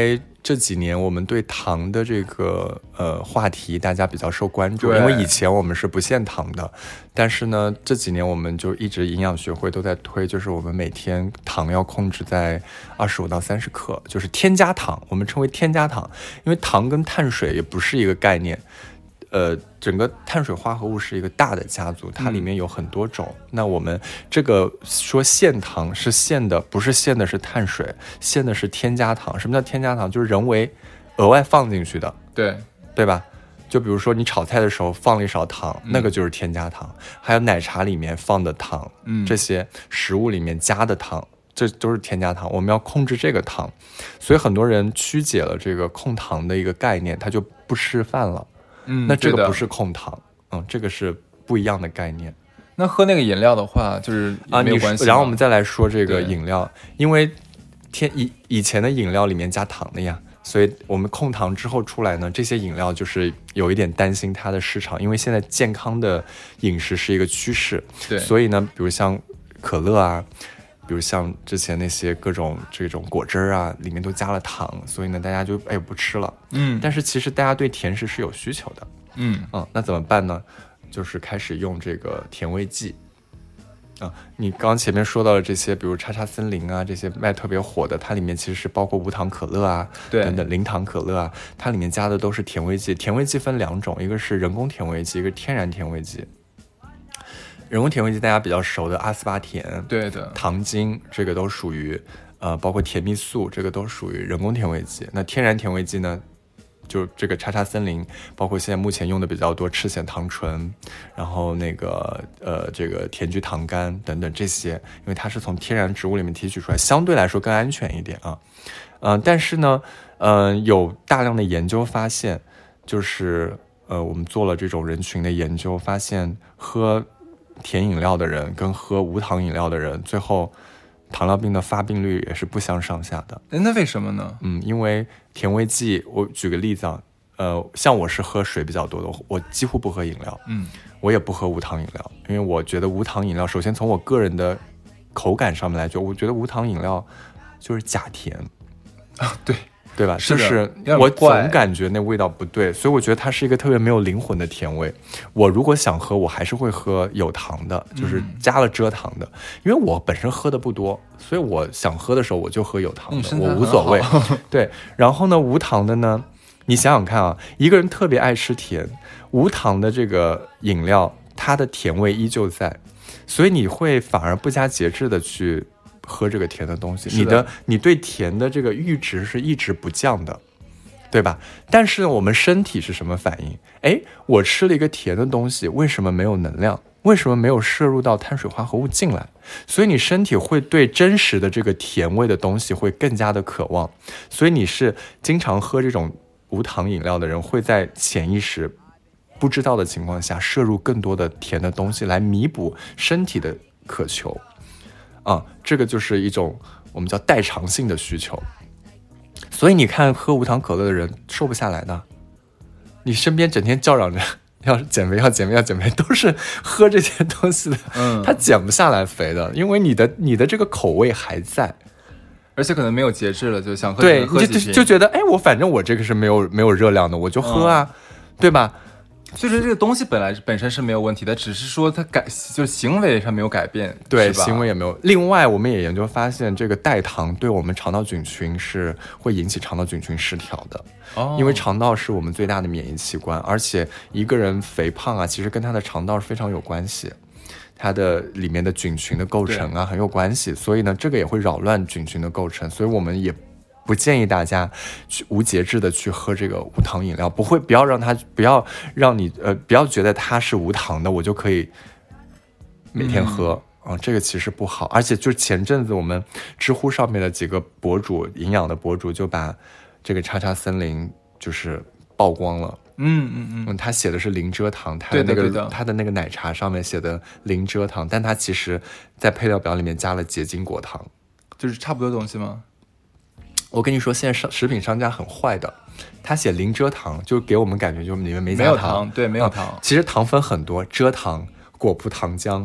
这几年我们对糖的这个话题大家比较受关注，因为以前我们是不限糖的，但是呢这几年我们就一直营养学会都在推，就是我们每天糖要控制在25到30克，就是添加糖，我们称为添加糖，因为糖跟碳水也不是一个概念。整个碳水化合物是一个大的家族，它里面有很多种。那我们这个说限糖是限的，不是限的是碳水，限的是添加糖。什么叫添加糖？就是人为额外放进去的，对吧？就比如说你炒菜的时候放了一勺糖，那个就是添加糖。还有奶茶里面放的糖，这些食物里面加的糖，这都是添加糖。我们要控制这个糖，所以很多人曲解了这个控糖的一个概念，他就不吃饭了。那这个不是控糖，这个是不一样的概念。 那喝那个饮料的话，就是没有关系。 然后我们再来说这个饮料，因为以前的饮料里面加糖的呀，所以我们控糖之后出来呢，这些饮料就是有一点担心它的市场，因为现在健康的饮食是一个趋势， 对， 所以呢，比如像可乐啊。比如像之前那些各种这种果汁啊，里面都加了糖，所以呢，大家就不吃了。但是其实大家对甜食是有需求的。那怎么办呢？就是开始用这个甜味剂。你刚前面说到的这些，比如叉叉森林啊，这些卖特别火的，它里面其实是包括无糖可乐啊，等等零糖可乐啊，它里面加的都是甜味剂。甜味剂分2种，一个是人工甜味剂，一个天然甜味剂。人工甜味剂大家比较熟的阿斯巴甜， 对的， 糖精，这个都属于包括甜蜜素，这个都属于人工甜味剂。那天然甜味剂呢，就这个叉叉森林，包括现在目前用的比较多赤藓糖醇，然后那个这个甜菊糖苷等等这些，因为它是从天然植物里面提取出来，相对来说更安全一点啊。但是呢，有大量的研究发现，就是我们做了这种人群的研究，发现喝甜饮料的人跟喝无糖饮料的人，最后糖尿病的发病率也是不相上下的。 那为什么呢？ 因为甜味剂，我举个例子啊，像我是喝水比较多的，我几乎不喝饮料，我也不喝无糖饮料，因为我觉得无糖饮料，首先从我个人的口感上面来说，我觉得无糖饮料就是假甜啊， 对吧？就是我总感觉那味道不对，所以我觉得它是一个特别没有灵魂的甜味。我如果想喝，我还是会喝有糖的，就是加了蔗糖的，因为我本身喝的不多，所以我想喝的时候我就喝有糖的，我无所谓。对，然后呢，无糖的呢，你想想看啊，一个人特别爱吃甜，无糖的这个饮料，它的甜味依旧在，所以你会反而不加节制的去喝这个甜的东西，你对甜的这个阈值是一直不降的，对吧？但是我们身体是什么反应？我吃了一个甜的东西，为什么没有能量？为什么没有摄入到碳水化合物进来？所以你身体会对真实的这个甜味的东西会更加的渴望，所以你是经常喝这种无糖饮料的人，会在潜意识不知道的情况下摄入更多的甜的东西来弥补身体的渴求。这个就是一种我们叫代偿性的需求，所以你看喝无糖可乐的人瘦不下来的，你身边整天叫嚷着要减肥要减肥要减肥，都是喝这些东西的，他减不下来肥的，因为你的这个口味还在， 而且可能没有节制了，就想喝对， 喝就觉得我反正我这个是没有热量的，我就喝啊，对吧？ 所以说这个东西本身是没有问题的，只是说它就行为上没有改变， 对，行为也没有。另外，我们也研究发现，这个代糖对我们肠道菌群是会引起肠道菌群失调的。因为肠道是我们最大的免疫器官，而且一个人肥胖啊，其实跟他的肠道是非常有关系，它的里面的菌群的构成啊很有关系，所以呢，这个也会扰乱菌群的构成，所以我们也不建议大家去无节制的去喝这个无糖饮料，不要让你不要觉得它是无糖的，我就可以每天喝这个其实不好。而且就前阵子我们知乎上面的几个博主，营养的博主就把这个叉叉森林就是曝光了。他写的是零蔗糖，他的那个奶茶上面写的零蔗糖，但他其实在配料表里面加了结晶果糖， 就是差不多的东西吗？ 我跟你说，现在食品商家很坏的，他写零蔗糖，就给我们感觉就里面没加糖， 对，没有糖。 其实糖分很多，蔗糖、果葡糖浆，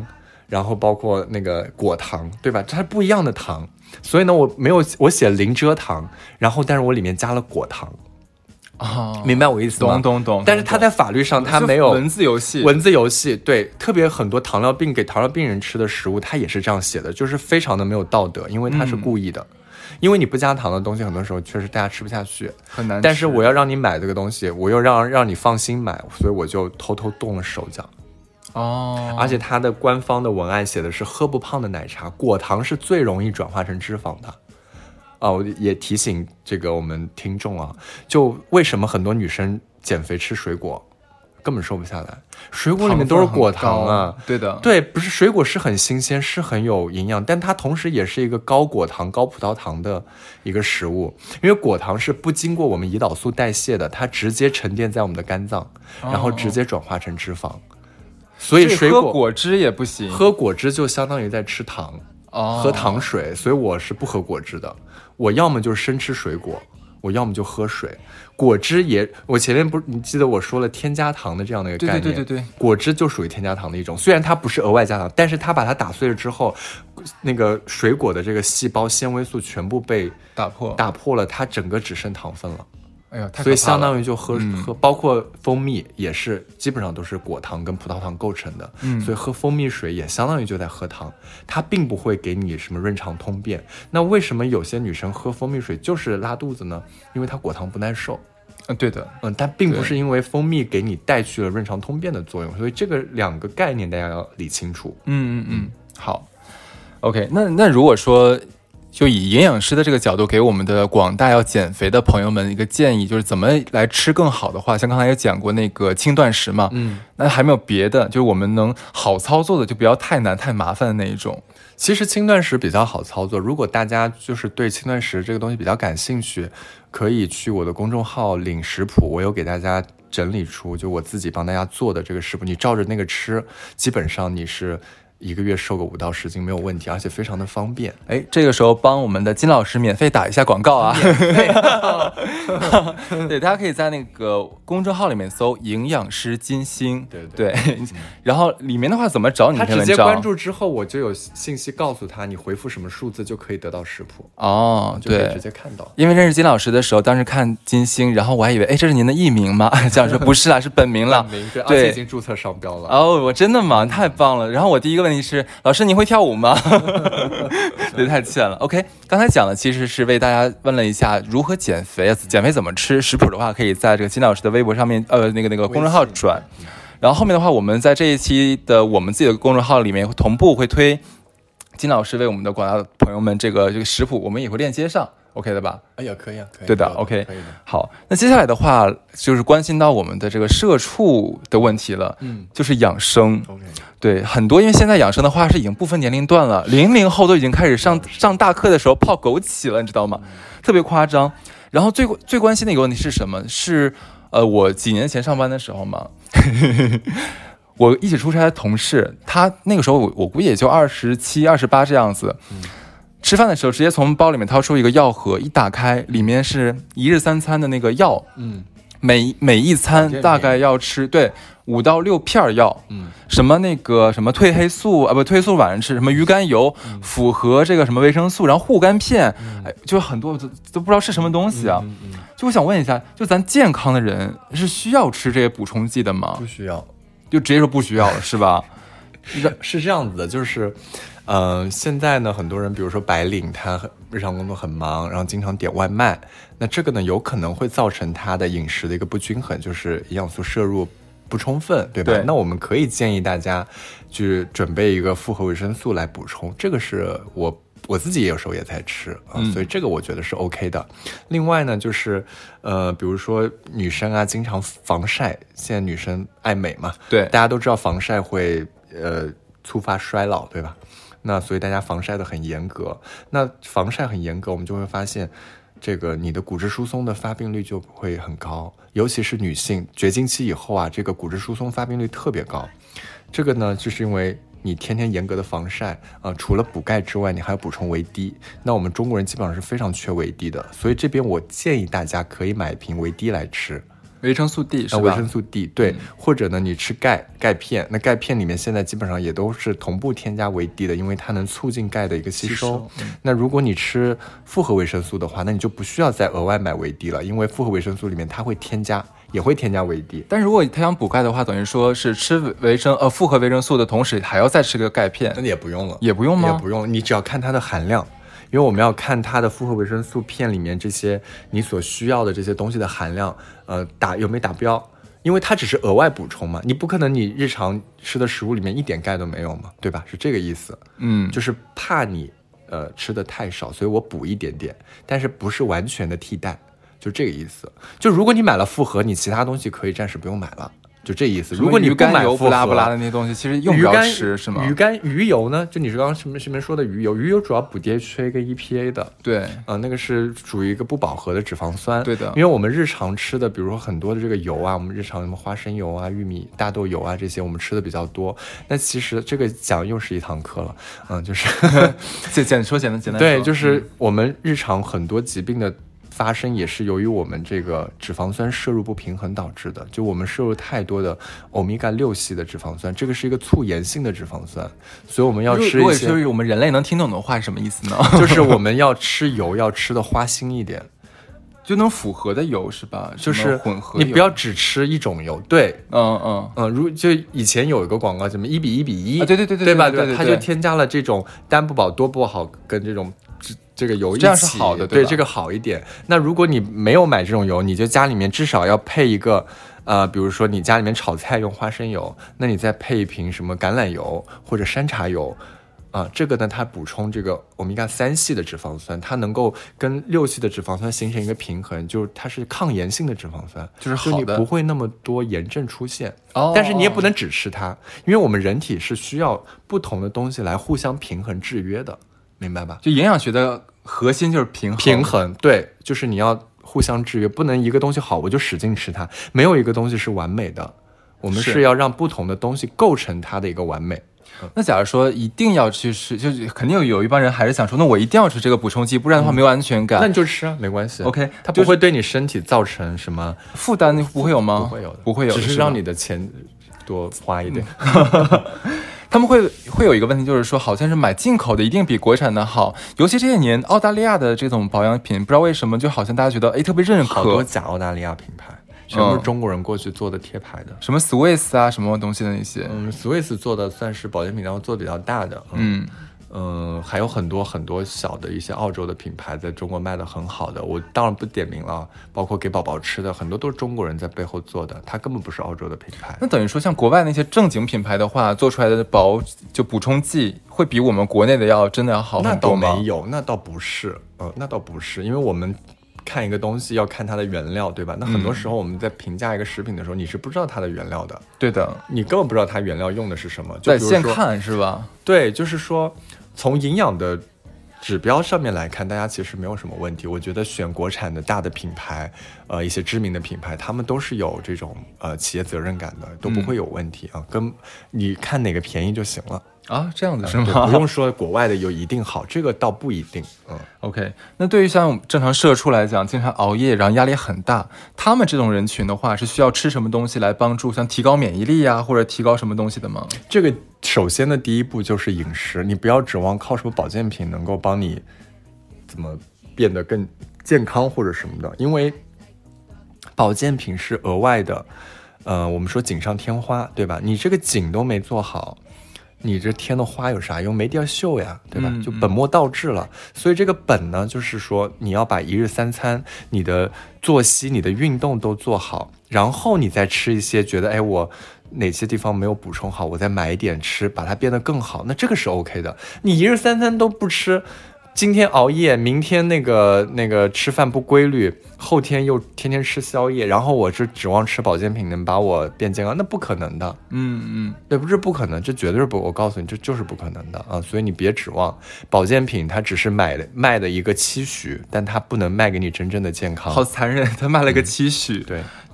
然后包括那个果糖，对吧？这是不一样的糖，所以呢，我写零蔗糖，然后但是我里面加了果糖。明白我意思吗？ 懂。 但是他在法律上他没有文字游戏， 对，特别很多糖尿病给糖尿病人吃的食物，他也是这样写的，就是非常的没有道德，因为他是故意的。因为你不加糖的东西，很多时候确实大家吃不下去， 很难吃。 但是我要让你买这个东西，我又让你放心买，所以我就偷偷动了手脚。而且它的官方的文案写的是喝不胖的奶茶，果糖是最容易转化成脂肪的。我也提醒这个我们听众啊，就为什么很多女生减肥吃水果根本瘦不下来，水果里面都是果糖啊。 对的， 对，不是水果是很新鲜，是很有营养，但它同时也是一个高果糖高葡萄糖的一个食物，因为果糖是不经过我们胰岛素代谢的，它直接沉淀在我们的肝脏，然后直接转化成脂肪。所以水果喝果汁也不行， 喝果汁就相当于在吃糖，喝糖水，所以我是不喝果汁的。我要么就是生吃水果，我要么就喝水。果汁也，我前面不是你记得我说了添加糖的这样的一个概念， 对， 果汁就属于添加糖的一种，虽然它不是额外加糖，但是它把它打碎了之后，那个水果的这个细胞纤维素全部被打破了，它整个只剩糖分了。 哎呀，太可怕了。 所以相当于就喝，包括蜂蜜也是基本上都是果糖跟葡萄糖构成的，所以喝蜂蜜水也相当于就在喝糖，它并不会给你什么润肠通便。那为什么有些女生喝蜂蜜水就是拉肚子呢？因为它果糖不耐受。 对的， 但并不是因为蜂蜜给你带去了润肠通便的作用，所以这个两个概念大家要理清楚。 好 ，OK， 那如果说就以营养师的这个角度给我们的广大要减肥的朋友们一个建议，就是怎么来吃更好的话，像刚才也讲过那个轻断食嘛，那还没有别的，就是我们能好操作的，就不要太难太麻烦的那一种。 其实轻断食比较好操作，如果大家就是对轻断食这个东西比较感兴趣，可以去我的公众号领食谱，我有给大家整理出就我自己帮大家做的这个食谱，你照着那个吃，基本上你是1个月瘦个5到10斤没有问题，而且非常的方便。 这个时候帮我们的金老师免费打一下广告啊！对，大家可以在那个公众号里面搜营养师金星，对，然后里面的话怎么找你这篇文章？他直接关注之后，我就有信息告诉他，你回复什么数字就可以得到食谱。 就可以直接看到。 因为认识金老师的时候，当时看金星，然后我还以为这是您的艺名吗？金老师不是啦，是本名了， 对，而且已经注册商标了。 我真的吗？太棒了！然后我第一个问题是，老师你会跳舞吗？对，太欠了。OK， 刚才讲的其实是为大家问了一下如何减肥，减肥怎么吃，食谱的话可以在这个金老师的微博上面，那个公众号转。然后后面的话，我们在这一期的我们自己的公众号里面同步会推金老师为我们的广大朋友们这个食谱，我们也会链接上。OK 的吧？ 可以啊， 对的 ，OK， 可以的。 好，那接下来的话就是关心到我们的这个社畜的问题了，就是养生。 OK， 对，很多因为现在养生的话是已经不分年龄段了，00后都已经开始上大课的时候泡枸杞了，你知道吗？特别夸张。然后最关心的一个问题是什么？是我几年前上班的时候嘛，我一起出差的同事，他那个时候我估计也就27、28这样子。吃饭的时候直接从包里面掏出一个药盒，一打开里面是1日3餐的那个药，每一餐大概要吃5到6片药，什么那个什么褪黑素褪黑素晚上吃，什么鱼肝油，符合这个什么维生素，然后护肝片，就很多都不知道是什么东西啊。就我想问一下，就咱健康的人是需要吃这些补充剂的吗？ 不需要， 就直接说不需要了，是吧？ 是这样子的，就是现在呢，很多人比如说白领，他日常工作很忙，然后经常点外卖，那这个呢有可能会造成他的饮食的一个不均衡，就是营养素摄入不充分，对吧？那我们可以建议大家去准备一个复合维生素来补充，这个是我自己有时候也在吃所以这个我觉得是 OK 的。另外呢，就是比如说女生啊，经常防晒，现在女生爱美嘛， 对， 大家都知道防晒会促发衰老，对吧？那所以大家防晒的很严格，那防晒很严格，我们就会发现这个你的骨质疏松的发病率就会很高，尤其是女性绝经期以后啊，这个骨质疏松发病率特别高。这个呢就是因为你天天严格的防晒除了补钙之外，你还要补充维 D， 那我们中国人基本上是非常缺维 D 的，所以这边我建议大家可以买一瓶维 D 来吃维生素 D 是吧？ 维生素 D 对，或者呢你吃钙片，那钙片里面现在基本上也都是同步添加维 D 的，因为它能促进钙的一个吸收。那如果你吃复合维生素的话，那你就不需要再额外买维 D 了，因为复合维生素里面它也会添加维 D。 但如果他想补钙的话，等于说是吃复合维生素的同时还要再吃个钙片， 那也不用了。 也不用吗？ 也不用，你只要看它的含量。因为我们要看它的复合维生素片里面这些你所需要的这些东西的含量，有没有达标？因为它只是额外补充嘛，你不可能你日常吃的食物里面一点钙都没有嘛，对吧？是这个意思。就是怕你吃的太少，所以我补一点点，但是不是完全的替代，就这个意思。就如果你买了复合，你其他东西可以暂时不用买了。就这意思。如果你不买复合， 不拉的那些东西，其实用不着吃，是吗？ 鱼油呢？就你是刚刚什么说的鱼油？鱼油主要补 DHA 跟 EPA 的。 对， 那个是属于一个不饱和的脂肪酸。 对的， 因为我们日常吃的，比如说很多的这个油啊，我们日常什么花生油啊、玉米、大豆油啊这些，我们吃的比较多。那其实这个讲又是一堂课了，就是简单说。 对，就是我们日常很多疾病的发生也是由于我们这个脂肪酸摄入不平衡导致的，就我们摄入太多的欧米伽6系的脂肪酸，这个是一个促炎性的脂肪酸，所以我们要吃一些。 如果就是我们人类能听懂的话是什么意思呢？ 就是我们要吃油要吃的花心一点， 就能符合的油是吧？ 就是混合油， 你不要只吃一种油。对，就以前有一个广告什么1:1:1，对吧？对，它就添加了这种单不饱多不好跟这个油一起， 这样是好的， 对这个好一点。那如果你没有买这种油，你就家里面至少要配一个比如说你家里面炒菜用花生油，那你再配一瓶什么橄榄油或者山茶油这个呢它补充这个欧米伽3系的脂肪酸，它能够跟6系的脂肪酸形成一个平衡，就是它是抗炎性的脂肪酸， 就是好的， 就你不会那么多炎症出现。但是你也不能只吃它，因为我们人体是需要不同的东西来互相平衡制约的，明白吧？ 就营养学的核心就是平衡， 对，就是你要互相制约，不能一个东西好我就使劲吃它，没有一个东西是完美的，我们是要让不同的东西构成它的一个完美。 那假如说一定要去吃，就肯定有一帮人还是想说，那我一定要吃这个补充剂，不然的话没有安全感。 那你就吃啊，没关系。 OK， 它不会对你身体造成什么负担，不会有吗？ 不会有的， 不会有， 只是让你的钱多花一点。 他们会有一个问题，就是说好像是买进口的一定比国产的好，尤其这些年澳大利亚的这种保养品，不知道为什么就好像大家觉得特别认可， 好多假澳大利亚品牌。全部是中国人过去做的贴牌的， 什么 Swiss 啊，什么东西的那些。 Swiss 做的算是保健品，然后做的比较大的。还有很多很多小的一些澳洲的品牌在中国卖的很好的，我当然不点名了，包括给宝宝吃的，很多都是中国人在背后做的，它根本不是澳洲的品牌。 那等于说像国外那些正经品牌的话，做出来的补充剂会比我们国内的真的要好很多吗？ 那倒没有，那倒不是，因为我们看一个东西要看它的原料，对吧？那很多时候我们在评价一个食品的时候，你是不知道它的原料的。 对的， 你根本不知道它原料用的是什么， 就在线看是吧？ 对，就是说从营养的指标上面来看，大家其实没有什么问题。我觉得选国产的大的品牌，一些知名的品牌，他们都是有这种企业责任感的，都不会有问题啊。跟你看哪个便宜就行了。 这样子是吗？ 不用说国外的有一定好，这个倒不一定。 OK， 那对于像正常社畜来讲，经常熬夜，然后压力很大，他们这种人群的话，是需要吃什么东西来帮助，像提高免疫力啊，或者提高什么东西的吗？ 这个首先的第一步就是饮食，你不要指望靠什么保健品能够帮你怎么变得更健康或者什么的，因为保健品是额外的，我们说锦上添花，对吧？你这个锦都没做好，你这添的花有啥用？没地儿绣呀，对吧？就本末倒置了。所以这个本呢，就是说你要把一日三餐、你的作息、你的运动都做好，然后你再吃一些觉得我哪些地方没有补充好，我再买一点吃，把它变得更好，那这个是 OK 的。你一日三餐都不吃，今天熬夜，明天那个吃饭不规律，后天又天天吃宵夜，然后我是指望吃保健品能把我变健康，那不可能的。对，不是不可能，这绝对是不，我告诉你，这就是不可能的啊！所以你别指望保健品，它只是卖的一个期许，但它不能卖给你真正的健康。 好残忍，它卖了个期许。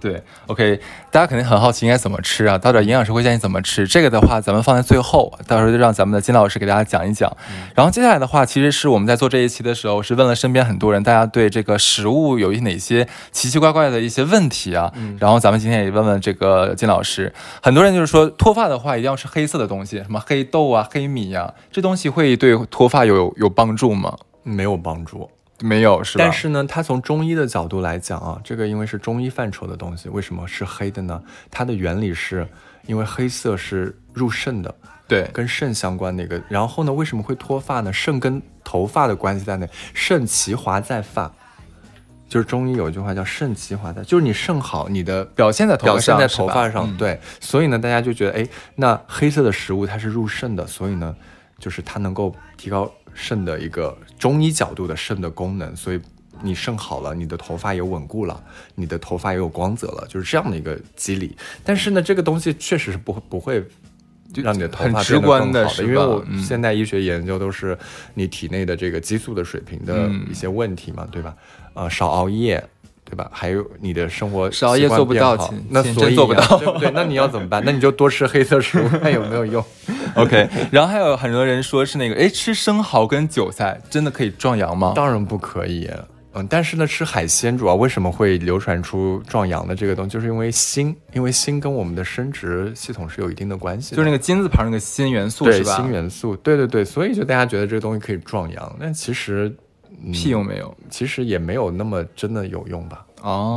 对 ，OK， 大家肯定很好奇应该怎么吃啊？到底营养师会建议怎么吃？这个的话，咱们放在最后，到时候就让咱们的金老师给大家讲一讲。然后接下来的话，其实是我们在做这一期的时候，是问了身边很多人，大家对这个食物有哪些奇奇怪怪的一些问题啊？然后咱们今天也问问这个金老师，很多人就是说脱发的话一定要吃黑色的东西，什么黑豆啊、黑米啊，这东西会对脱发有帮助吗？ 没有帮助。 没有是吧？ 但是呢，它从中医的角度来讲啊，这个因为是中医范畴的东西，为什么是黑的呢？它的原理是因为黑色是入肾的， 对， 跟肾相关的一个。然后呢，为什么会脱发呢？肾跟头发的关系在哪？肾其华在发，就是中医有一句话叫肾其华在，就是你肾好，你的表现在头发上，对。所以呢，大家就觉得，哎，那黑色的食物它是入肾的，所以呢，就是它能够提高肾的一个中医角度的肾的功能，所以你肾好了，你的头发也稳固了，你的头发也有光泽了，就是这样的一个机理。但是呢，这个东西确实是不会让你的头发变得更好的，因为我现代医学研究都是你体内的这个激素的水平的一些问题嘛，对吧？少熬夜。对吧？还有你的生活少熬夜做不到， 那所以做不到， 对不对？那你要怎么办？那你就多吃黑色食物，看有没有用。 OK， 然后还有很多人说是那个，吃生蚝跟韭菜真的可以壮阳吗？ 当然不可以。但是呢，吃海鲜主要为什么会流传出壮阳的这个东西，就是因为锌跟我们的生殖系统是有一定的关系的， 就是那个金字旁那个锌元素是吧？ 对，锌元素，对，所以就大家觉得这个东西可以壮阳，但其实。 屁用没有， 其实也没有那么真的有用吧。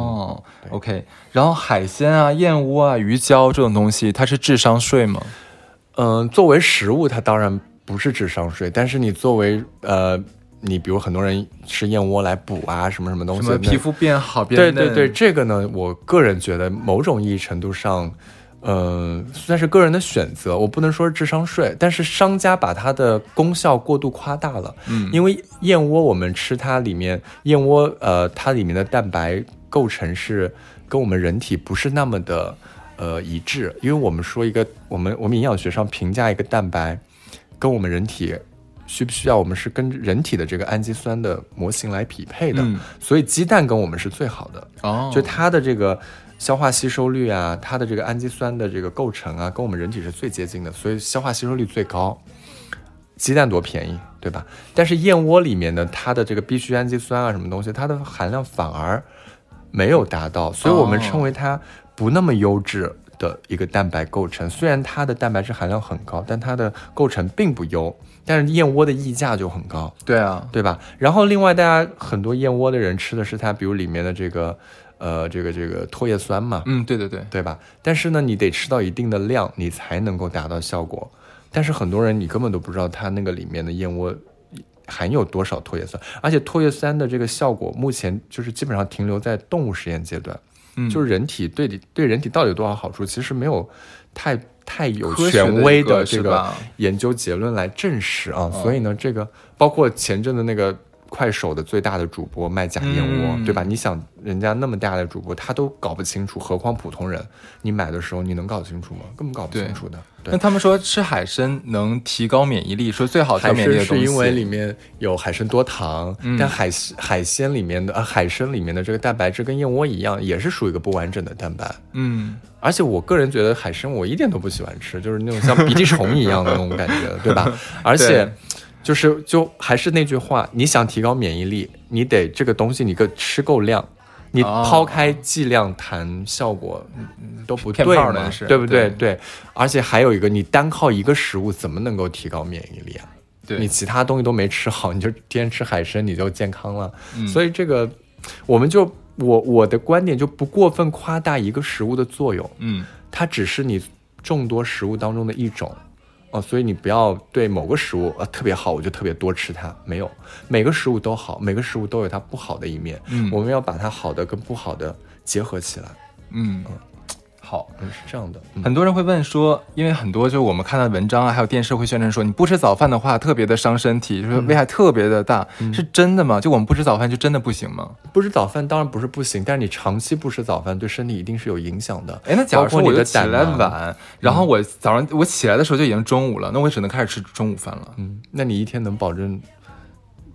OK。然后海鲜啊、燕窝啊、鱼胶这种东西，它是智商税吗？ 作为食物，它当然不是智商税，但是你作为你比如很多人吃燕窝来补啊，什么什么东西， 什么皮肤变好变嫩， 对，这个呢，我个人觉得某种意义程度上。算是个人的选择，我不能说是智商税，但是商家把它的功效过度夸大了。因为燕窝我们吃它里面，燕窝它里面的蛋白构成是跟我们人体不是那么的一致，因为我们说我们营养学上评价一个蛋白跟我们人体需不需要，我们是跟人体的这个氨基酸的模型来匹配的，所以鸡蛋跟我们是最好的。就它的这个消化吸收率啊，它的这个氨基酸的这个构成啊，跟我们人体是最接近的，所以消化吸收率最高。鸡蛋多便宜，对吧？但是燕窝里面的它的这个必需氨基酸啊，什么东西，它的含量反而没有达到，所以我们称为它不那么优质的一个蛋白构成。虽然它的蛋白质含量很高，但它的构成并不优。但是燕窝的溢价就很高， 对啊， 对吧？然后另外大家很多燕窝的人吃的是它，比如里面的这个唾液酸嘛，对吧？但是呢，你得吃到一定的量，你才能够达到效果。但是很多人你根本都不知道它那个里面的燕窝含有多少唾液酸，而且唾液酸的这个效果目前就是基本上停留在动物实验阶段，就是人体对人体到底有多少好处，其实没有太有权威的这个研究结论来证实啊。所以呢，这个包括前阵的那个快手的最大的主播卖假燕窝，对吧？你想人家那么大的主播他都搞不清楚，何况普通人，你买的时候你能搞清楚吗？根本搞不清楚的。 那他们说吃海参能提高免疫力，说最好提高免疫力的东西是因为里面有海参多糖，但海鲜里面的海参里面的这个蛋白质跟燕窝一样，也是属于一个不完整的蛋白。而且我个人觉得海参我一点都不喜欢吃，就是那种像鼻涕虫一样的那种感觉，对吧？而且就还是那句话，你想提高免疫力，你得这个东西你吃够量，你抛开剂量谈效果都不对嘛，对不对？对，而且还有一个，你单靠一个食物怎么能够提高免疫力啊？ 对， 你其他东西都没吃好，你就天天吃海参，你就健康了。所以这个我们就我的观点就不过分夸大一个食物的作用，它只是你众多食物当中的一种。所以你不要对某个食物特别好，我就特别多吃它，没有，每个食物都好，每个食物都有它不好的一面，我们要把它好的跟不好的结合起来。好，是这样的。 很多人会问说，因为很多就是我们看到的文章啊，还有电视会宣传说，你不吃早饭的话特别的伤身体，就是危害特别的大，是真的吗？就我们不吃早饭就真的不行吗？ 不吃早饭当然不是不行，但是你长期不吃早饭对身体一定是有影响的。 那假如说我就起来晚，然后我早上我起来的时候就已经中午了，那我只能开始吃中午饭了。 那你一天能保证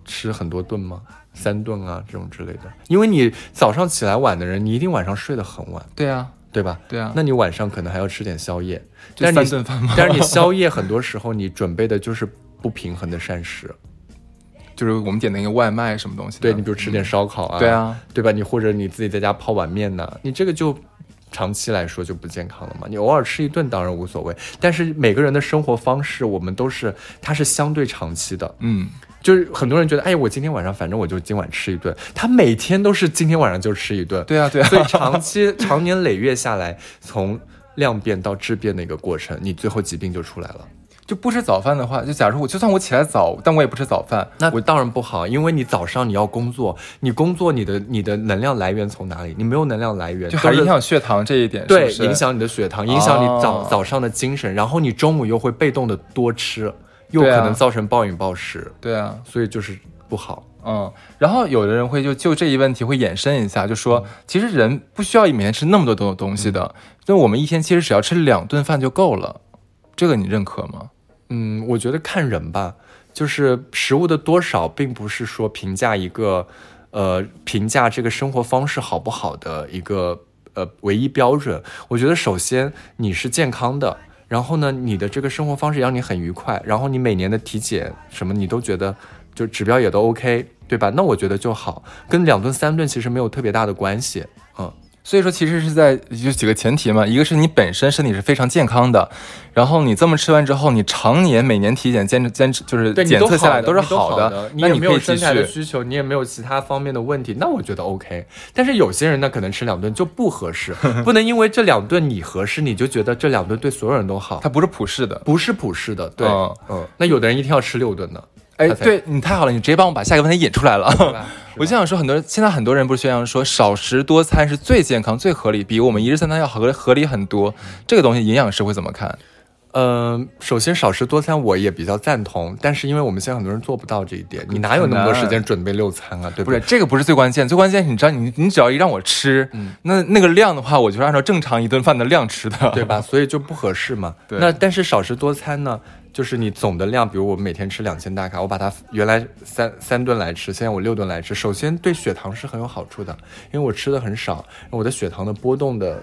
吃很多顿吗？3顿啊这种之类的，因为你早上起来晚的人，你一定晚上睡得很晚。 对啊， 对吧？ 对啊， 那你晚上可能还要吃点宵夜， 就3顿饭吗？ 但是你宵夜很多时候你准备的就是不平衡的膳食， 就是我们点的一个外卖什么东西的。 对，你比如吃点烧烤啊， 对啊， 对吧？你或者你自己在家泡碗面呢，你这个就长期来说就不健康了嘛。你偶尔吃一顿当然无所谓，但是每个人的生活方式我们都是它是相对长期的，就是很多人觉得，哎，我今天晚上反正我就今晚吃一顿，他每天都是今天晚上就吃一顿， 对啊，对啊， 所以长年累月下来，从量变到质变的一个过程，你最后疾病就出来了。 就不吃早饭的话，就假如就算我起来早，但我也不吃早饭， 那我当然不好，因为你早上你要工作，你工作你的能量来源从哪里？你没有能量来源， 就还影响血糖这一点， 对， 是不是影响你的血糖，影响你早上的精神，然后你中午又会被动的多吃，又可能造成暴饮暴食， 对啊， 所以就是不好。 然后有的人会就这一问题会衍生一下，就说其实人不需要每天吃那么多东西的，就我们一天其实只要吃2顿饭就够了，这个你认可吗？ 我觉得看人吧，就是食物的多少并不是说评价一个评价这个生活方式好不好的一个唯一标准。我觉得首先你是健康的，然后呢你的这个生活方式让你很愉快，然后你每年的体检什么你都觉得就指标也都 OK， 对吧？那我觉得就好，跟2顿3顿其实没有特别大的关系。 所以说其实是在有几个前提嘛，一个是你本身身体是非常健康的，然后你这么吃完之后，你常年每年体检坚持就是检测下来都是好的， 你也没有身材的需求，你也没有其他方面的问题，那我觉得 OK。但是有些人呢可能吃2顿就不合适，不能因为这2顿你合适，你就觉得这2顿对所有人都好， 它不是普世的， 不是普世的，对，那有的人一天要吃6顿呢。 哎，对，你太好了，你直接帮我把下一个问题引出来了。我就想说，现在很多人不是宣扬说少食多餐是最健康、最合理，比我们1日3餐要合理很多。这个东西营养师会怎么看？ 首先少食多餐我也比较赞同，但是因为我们现在很多人做不到这一点，你哪有那么多时间准备6餐啊？对不对？ 不是，这个不是最关键，最关键你知道，你只要一让我吃，那个量的话，我就是按照正常1顿饭的量吃的， 对吧？所以就不合适嘛。 对。 那但是少食多餐呢？就是你总的量，比如我们每天吃2000大卡，我把它原来三顿来吃，现在我6顿来吃，首先对血糖是很有好处的，因为我吃的很少，我的血糖的波动的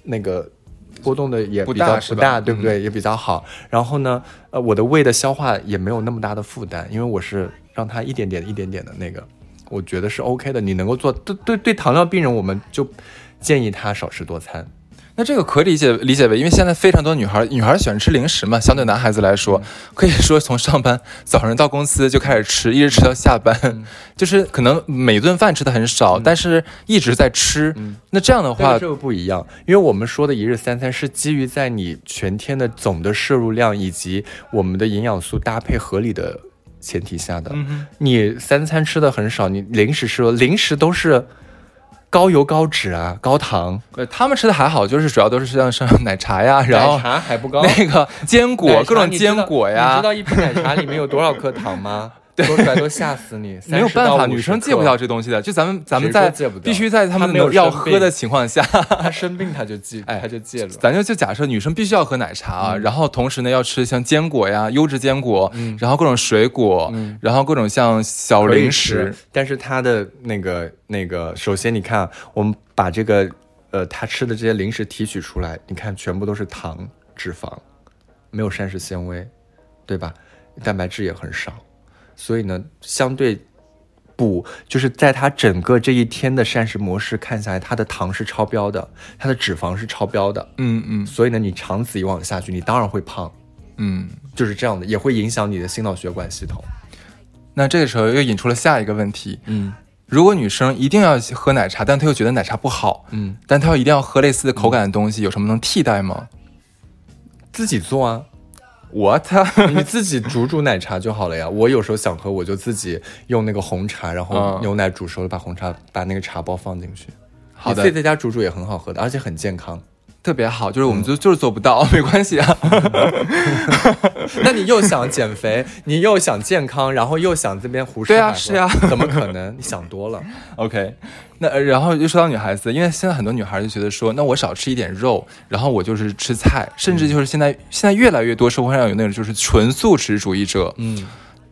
也比较不大，对不对？也比较好。然后呢，我的胃的消化也没有那么大的负担，因为我是让它一点点的那个，我觉得是 OK 的。你能够做对糖尿病人，我们就建议他少吃多餐。 那这个可理解呗，因为现在非常多女孩喜欢吃零食嘛，相对男孩子来说，可以说从上班早上到公司就开始吃，一直吃到下班，就是可能每顿饭吃的很少，但是一直在吃。那这样的话， 这个不一样，因为我们说的1日3餐是基于在你全天的总的摄入量以及我们的营养素搭配合理的前提下的。你3餐吃的很少，你零食吃了，零食都是高油高脂啊，高糖。 他们吃的还好，就是主要都是像奶茶呀，然后奶茶还不高， 那个坚果，各种坚果呀。 你知道一瓶奶茶里面有多少克糖吗？说出来都吓死你。 没有办法，女生戒不掉这东西的。就咱们在必须在他们要喝的情况下， 他生病他就戒了。 咱就假设女生必须要喝奶茶，然后同时呢要吃像坚果呀、优质坚果，然后各种水果，然后各种像小零食。 但是他的那个，首先你看，我们把这个他吃的这些零食提取出来，你看全部都是糖、脂肪，没有膳食纤维，对吧？蛋白质也很少。所以呢，相对就是在它整个这一天的膳食模式看下来，它的糖是超标的，它的脂肪是超标的，所以呢，你长此以往下去，你当然会胖，就是这样的，也会影响你的心脑血管系统。 那这个时候又引出了下一个问题，如果女生一定要喝奶茶，但她又觉得奶茶不好，但她又一定要喝类似的口感的东西，有什么能替代吗？ 自己做啊。你自己煮奶茶就好了呀。我有时候想喝，我就自己用那个红茶，然后牛奶煮熟了，把那个茶包放进去。好的，你自己在家煮也很好喝的，而且很健康， 特别好。就是我们就是做不到，没关系啊。 那你又想减肥，你又想健康，然后又想这边胡吃海喝， 是呀， 怎么可能？你想多了。 OK。那然后又说到女孩子，因为现在很多女孩就觉得说，那我少吃一点肉，然后我就是吃菜，甚至就是现在越来越多社会上有那种就是纯素食主义者，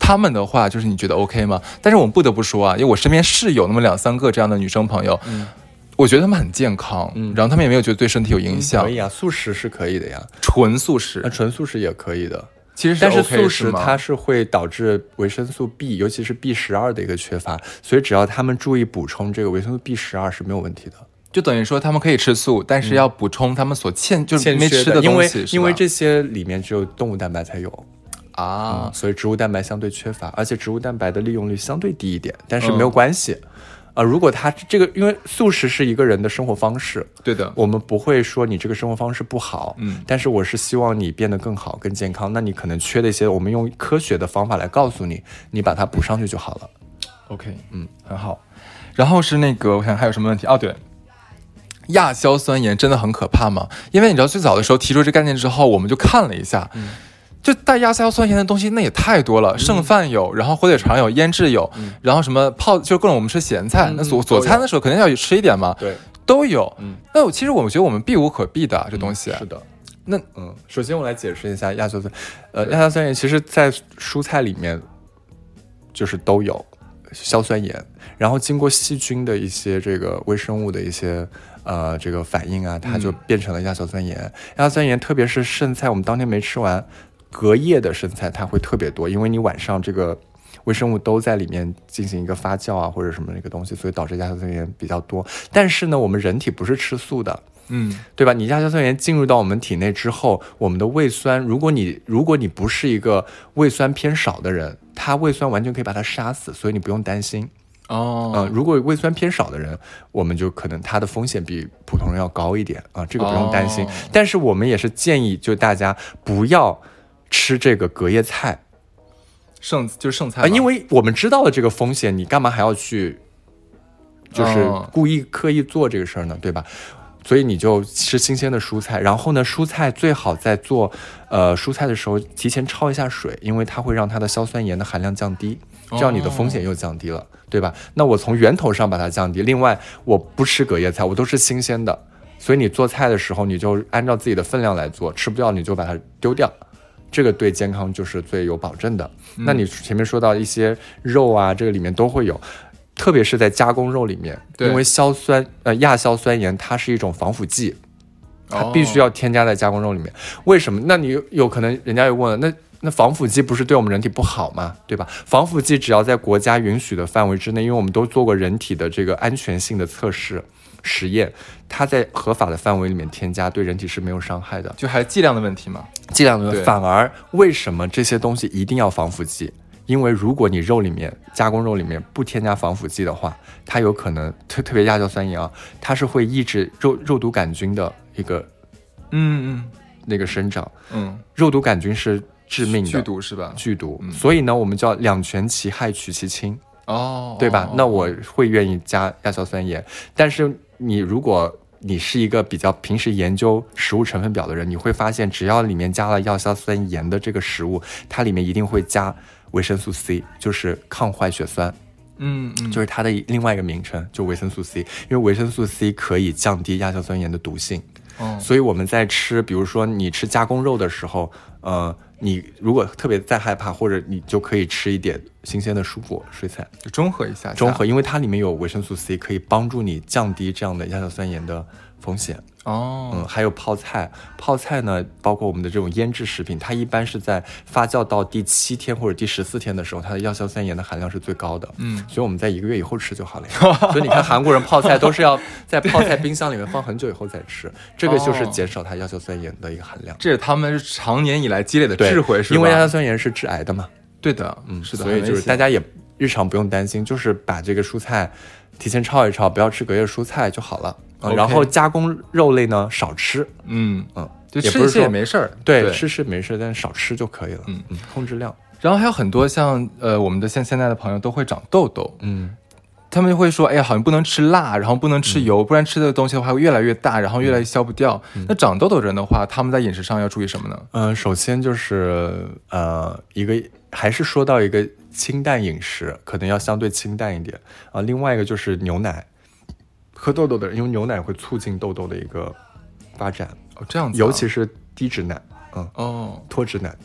他们的话就是你觉得 OK 吗？但是我们不得不说啊，因为我身边是有那么2-3个这样的女生朋友，我觉得他们很健康，然后他们也没有觉得对身体有影响。 可以啊，素食是可以的呀， 纯素食， 纯素食也可以的。 其实但是 OK， 素食它是会导致维生素 B， 尤其是 B12的一个缺乏，所以只要他们注意补充这个维生素 B12是没有问题的。 就等于说他们可以吃素，但是要补充他们所就是没吃的东西， 因为这些里面只有动物蛋白才有啊， 所以植物蛋白相对缺乏，而且植物蛋白的利用率相对低一点，但是没有关系。如果他这个，因为素食是一个人的生活方式， 对的， 我们不会说你这个生活方式不好，但是我是希望你变得更好、更健康。那你可能缺的一些，我们用科学的方法来告诉你，你把它补上去就好了。 OK， 很好。然后是那个，我想还有什么问题？哦，对，亚硝酸盐真的很可怕吗？因为你知道最早的时候提出这概念之后，我们就看了一下。就带亚硝酸盐的东西那也太多了，剩饭有，然后火腿肠有，腌制有，然后什么就各种我们吃咸菜，那佐餐的时候肯定要吃一点嘛， 对， 都有。那其实我觉得我们避无可避的这东西。 是的。 那首先我来解释一下亚硝酸，亚硝酸盐其实在蔬菜里面就是都有硝酸盐，然后经过细菌的一些这个微生物的一些这个反应啊，它就变成了亚硝酸盐。亚硝酸盐特别是剩菜，我们当天没吃完。隔夜的剩菜它会特别多，因为你晚上这个微生物都在里面进行一个发酵啊或者什么那个东西，所以导致亚硝酸盐比较多。但是呢，我们人体不是吃素的，对吧？你亚硝酸盐进入到我们体内之后，我们的胃酸，如果你不是一个胃酸偏少的人，它胃酸完全可以把它杀死，所以你不用担心。如果胃酸偏少的人，我们就可能他的风险比普通人要高一点啊，这个不用担心。但是我们也是建议就大家不要吃这个隔夜菜， 剩菜因为我们知道了这个风险，你干嘛还要去就是故意刻意做这个事儿呢，对吧？所以你就吃新鲜的蔬菜，然后呢，蔬菜最好在做蔬菜的时候提前焯一下水，因为它会让它的硝酸盐的含量降低，这样你的风险又降低了，对吧？那我从源头上把它降低。另外，我不吃隔夜菜，我都是新鲜的，所以你做菜的时候你就按照自己的分量来做，吃不掉你就把它丢掉。这个对健康就是最有保证的。那你前面说到一些肉啊，这个里面都会有，特别是在加工肉里面，因为亚硝酸盐它是一种防腐剂，它必须要添加在加工肉里面。为什么？那你有可能人家又问了，那防腐剂不是对我们人体不好吗？对吧？防腐剂只要在国家允许的范围之内，因为我们都做过人体的这个安全性的测试实验，它在合法的范围里面添加，对人体是没有伤害的。 就还剂量的问题嘛？ 剂量的问题。反而为什么这些东西一定要防腐剂？因为如果你肉里面加工肉里面不添加防腐剂的话，它有可能特别亚硝酸盐啊，它是会抑制肉毒杆菌的一个那个生长。肉毒杆菌是致命的， 剧毒是吧？ 剧毒。所以呢，我们叫两全其害取其轻。对吧？那我会愿意加亚硝酸盐，但是如果你是一个比较平时研究食物成分表的人，你会发现只要里面加了亚硝酸盐的这个食物，它里面一定会加维生素 C， 就是抗坏血酸。就是它的另外一个名称，就维生素 C， 因为维生素 C 可以降低亚硝酸盐的毒性。所以我们在吃，比如说你吃加工肉的时候，你如果特别再害怕，或者你就可以吃一点新鲜的蔬果水菜， 就中和一下。 因为它里面有维生素 C， 可以帮助你降低这样的亚硝酸盐的风险。还有泡菜呢，包括我们的这种腌制食品，它一般是在发酵到第7天或者第14天的时候，它的亚硝酸盐的含量是最高的。所以我们在1个月以后吃就好了。所以你看韩国人泡菜都是要在泡菜冰箱里面放很久以后再吃，这个就是减少它亚硝酸盐的一个含量。 这是他们常年以来积累的智慧，是吧？ 因为亚硝酸盐是致癌的嘛。 对的，是的。 所以就是大家也日常不用担心，就是把这个蔬菜提前焯一焯，不要吃隔夜蔬菜就好了。然后加工肉类呢少吃， 就吃一些也没事儿， 对，吃没事，但是少吃就可以了，控制量。 然后还有很多像我们的现在的朋友都会长痘痘，他们会说，哎呀，好像不能吃辣，然后不能吃油，不然吃的东西的话会越来越大，然后越来越消不掉。那长痘痘人的话，他们在饮食上要注意什么呢？ 首先就是还是说到一个清淡饮食，可能要相对清淡一点啊。另外一个就是牛奶，喝痘痘的人，因为牛奶会促进痘痘的一个发展。 这样子。 尤其是低脂奶，脱脂奶，对，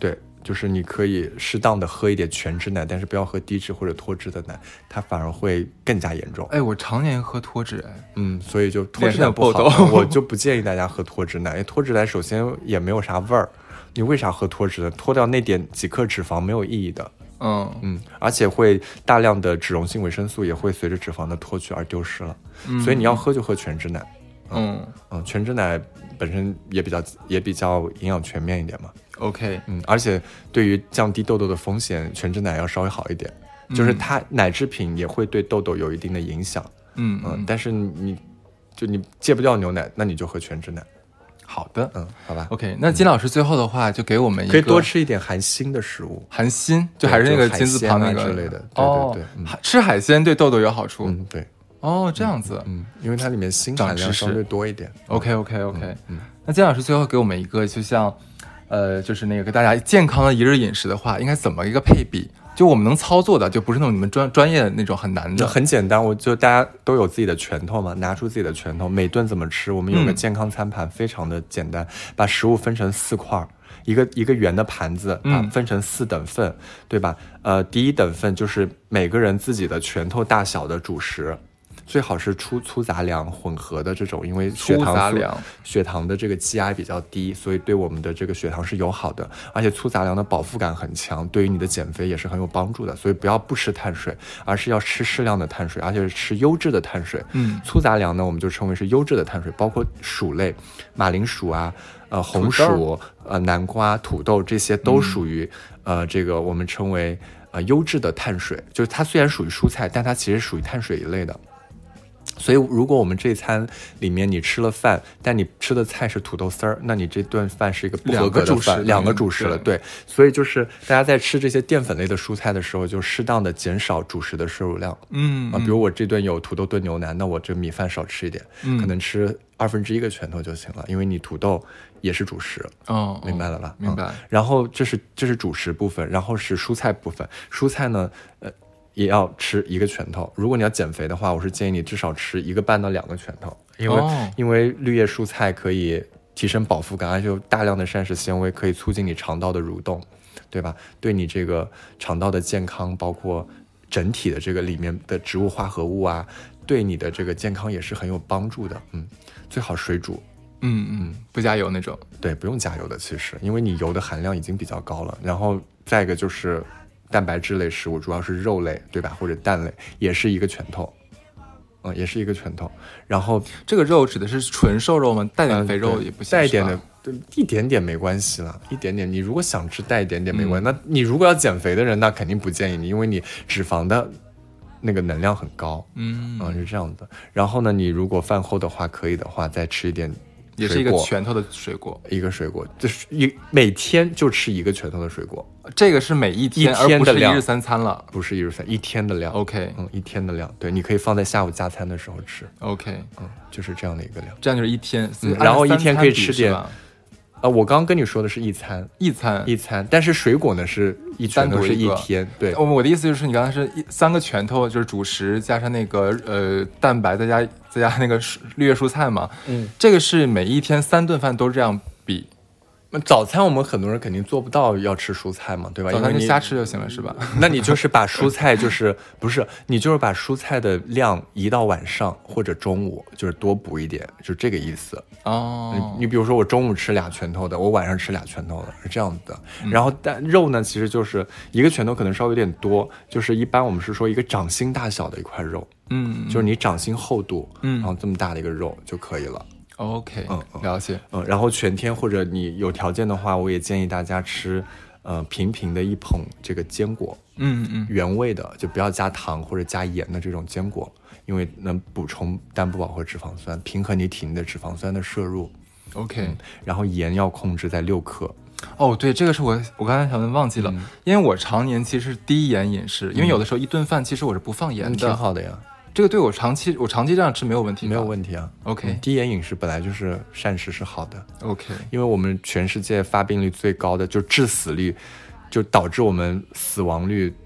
就是你可以适当的喝一点全脂奶，但是不要喝低脂或者脱脂的奶，它反而会更加严重。 哎，我常年喝脱脂， 所以就脱脂奶不好，我就不建议大家喝脱脂奶，因为脱脂奶首先也没有啥味儿，你为啥喝脱脂呢？脱掉那点几克脂肪没有意义的。而且会大量的脂溶性维生素也会随着脂肪的脱去而丢失了，所以你要喝就喝全脂奶。全脂奶本身也比较营养全面一点嘛。 OK， 而且对于降低痘痘的风险，全脂奶要稍微好一点，就是它奶制品也会对痘痘有一定的影响。但是你戒不掉牛奶，那你就喝全脂奶。 好的， 好吧。 OK， 那金老师最后的话就给我们一个， 可以多吃一点含鋅的食物， 含锌就还是那个金字旁那个之类的。对， 吃海鲜对痘痘有好处。 对。 这样子。 因为它里面锌含量稍微多一点。 OK。那金老师最后给我们一个，就像就是那个给大家健康的一日饮食的话，应该怎么一个配比？就我们能操作的，就不是那种你们专业的那种很难的。 很简单，大家都有自己的拳头嘛，拿出自己的拳头，每顿怎么吃，我们有个健康餐盘，非常的简单，把食物分成4块，一个圆的盘子，分成4等份，对吧？第1等份就是每个人自己的拳头大小的主食。最好是粗杂粮混合的这种，因为血糖的这个 GI 比较低，所以对我们的这个血糖是友好的，而且粗杂粮的饱腹感很强，对于你的减肥也是很有帮助的。所以不要不吃碳水，而是要吃适量的碳水，而且是吃优质的碳水。粗杂粮呢，我们就称为是优质的碳水，包括薯类，马铃薯啊、红薯、南瓜、土豆，这些都属于这个我们称为优质的碳水，就是它虽然属于蔬菜，但它其实属于碳水一类的。所以如果我们这餐里面你吃了饭，但你吃的菜是土豆丝儿，那你这顿饭是一个不合格的饭，两个主食了。对，所以就是大家在吃这些淀粉类的蔬菜的时候，就适当的减少主食的摄入量。比如我这顿有土豆炖牛腩，那我这米饭少吃一点，可能吃1/2个拳头就行了，因为你土豆也是主食。明白了吧？ 明白。 然后这是主食部分，然后是蔬菜部分。蔬菜呢，也要吃1个拳头。如果你要减肥的话，我是建议你至少吃1个半到2个拳头，因为绿叶蔬菜可以提升饱腹感，而且有大量的膳食纤维，可以促进你肠道的蠕动，对吧？对你这个肠道的健康，包括整体的这个里面的植物化合物啊，对你的这个健康也是很有帮助的。最好水煮。 不加油那种。 对，不用加油的，其实因为你油的含量已经比较高了。然后再一个就是蛋白质类食物，主要是肉类，对吧？或者蛋类，也是1个拳头。也是1个拳头。然后这个肉指的是纯瘦肉吗？带点肥肉也不行。 带一点的，一点点没关系了，一点点。你如果想吃带一点点没关系。那你如果要减肥的人，那肯定不建议你，因为你脂肪的那个能量很高。是这样的。然后呢，你如果饭后的话，可以的话再吃一点。 也是1个拳头的水果，1 个水果，就是每天就吃1个拳头的水果。 这个是每一天而不是 1日3餐了， 不是1日3，一天的量。 OK， 一天的量，对，你可以放在下午加餐的时候吃。 OK， 就是这样的一个量， 这样就是一天。 然后一天可以吃点。我刚刚跟你说的是一餐，但是水果呢是一拳头是一天。对， 我的意思就是你刚才是3个拳头，就是主食加上那个蛋白，再加那个绿叶蔬菜嘛。这个是每一天3顿饭都这样比。 早餐我们很多人肯定做不到要吃蔬菜嘛，对吧？ 早餐就瞎吃就行了，是吧？ 那你就是把蔬菜你就是把蔬菜的量移到晚上或者中午，就是多补一点，就是这个意思。你比如说我中午吃2拳头的，我晚上吃2拳头的，是这样子的。然后肉呢，其实就是1个拳头可能稍微有点多，就是一般我们是说1个掌心大小的一块肉，就是你掌心厚度，然后这么大的一个肉就可以了。 OK， 了解。 然后全天或者你有条件的话，我也建议大家吃平平的一捧这个坚果，原味的，就不要加糖或者加盐的这种坚果，因为能补充单不饱和脂肪酸，平衡你体内的脂肪酸的摄入。 OK， 然后盐要控制在6克。 对，这个是我刚才想问忘记了，因为我常年其实是低盐饮食，因为有的时候一顿饭其实我是不放盐的。 挺好的呀。 这个对我长期这样吃没有问题， 没有问题啊。 OK， 低盐饮食本来就是膳食是好的。 OK， 因为我们全世界发病率最高的就致死率，就导致我们死亡率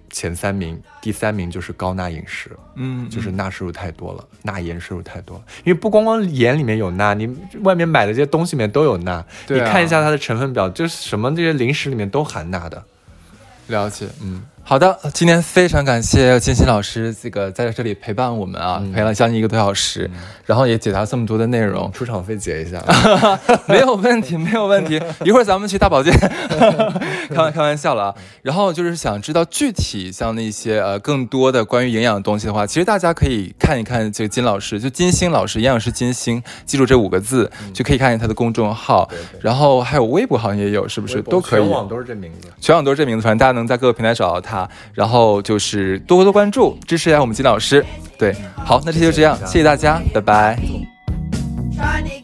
前3名，第3名就是高钠饮食，就是钠摄入太多了，钠盐摄入太多了。因为不光盐里面有钠，你外面买的这些东西里面都有钠，你看一下它的成分表，就是什么这些零食里面都含钠的。 了解，好的，今天非常感谢金鑫老师这个在这里陪伴我们啊，陪了将近1个多小时，然后也解答这么多的内容， 出场费结一下， 没有问题，没有问题。一会儿咱们去大保健，开玩笑了啊。然后就是想知道具体像那些更多的关于营养的东西的话，其实大家可以看一看这个金老师，就金星老师，营养师金星，记住这5个字，就可以看见他的公众号，然后还有微博好像也有，是不是都可以？ 全网都是这名字， 全网都是这名字，反正大家能在各个平台找到他。然后就是多关注，支持一下我们金老师。对，好，那这就这样，谢谢大家，拜拜。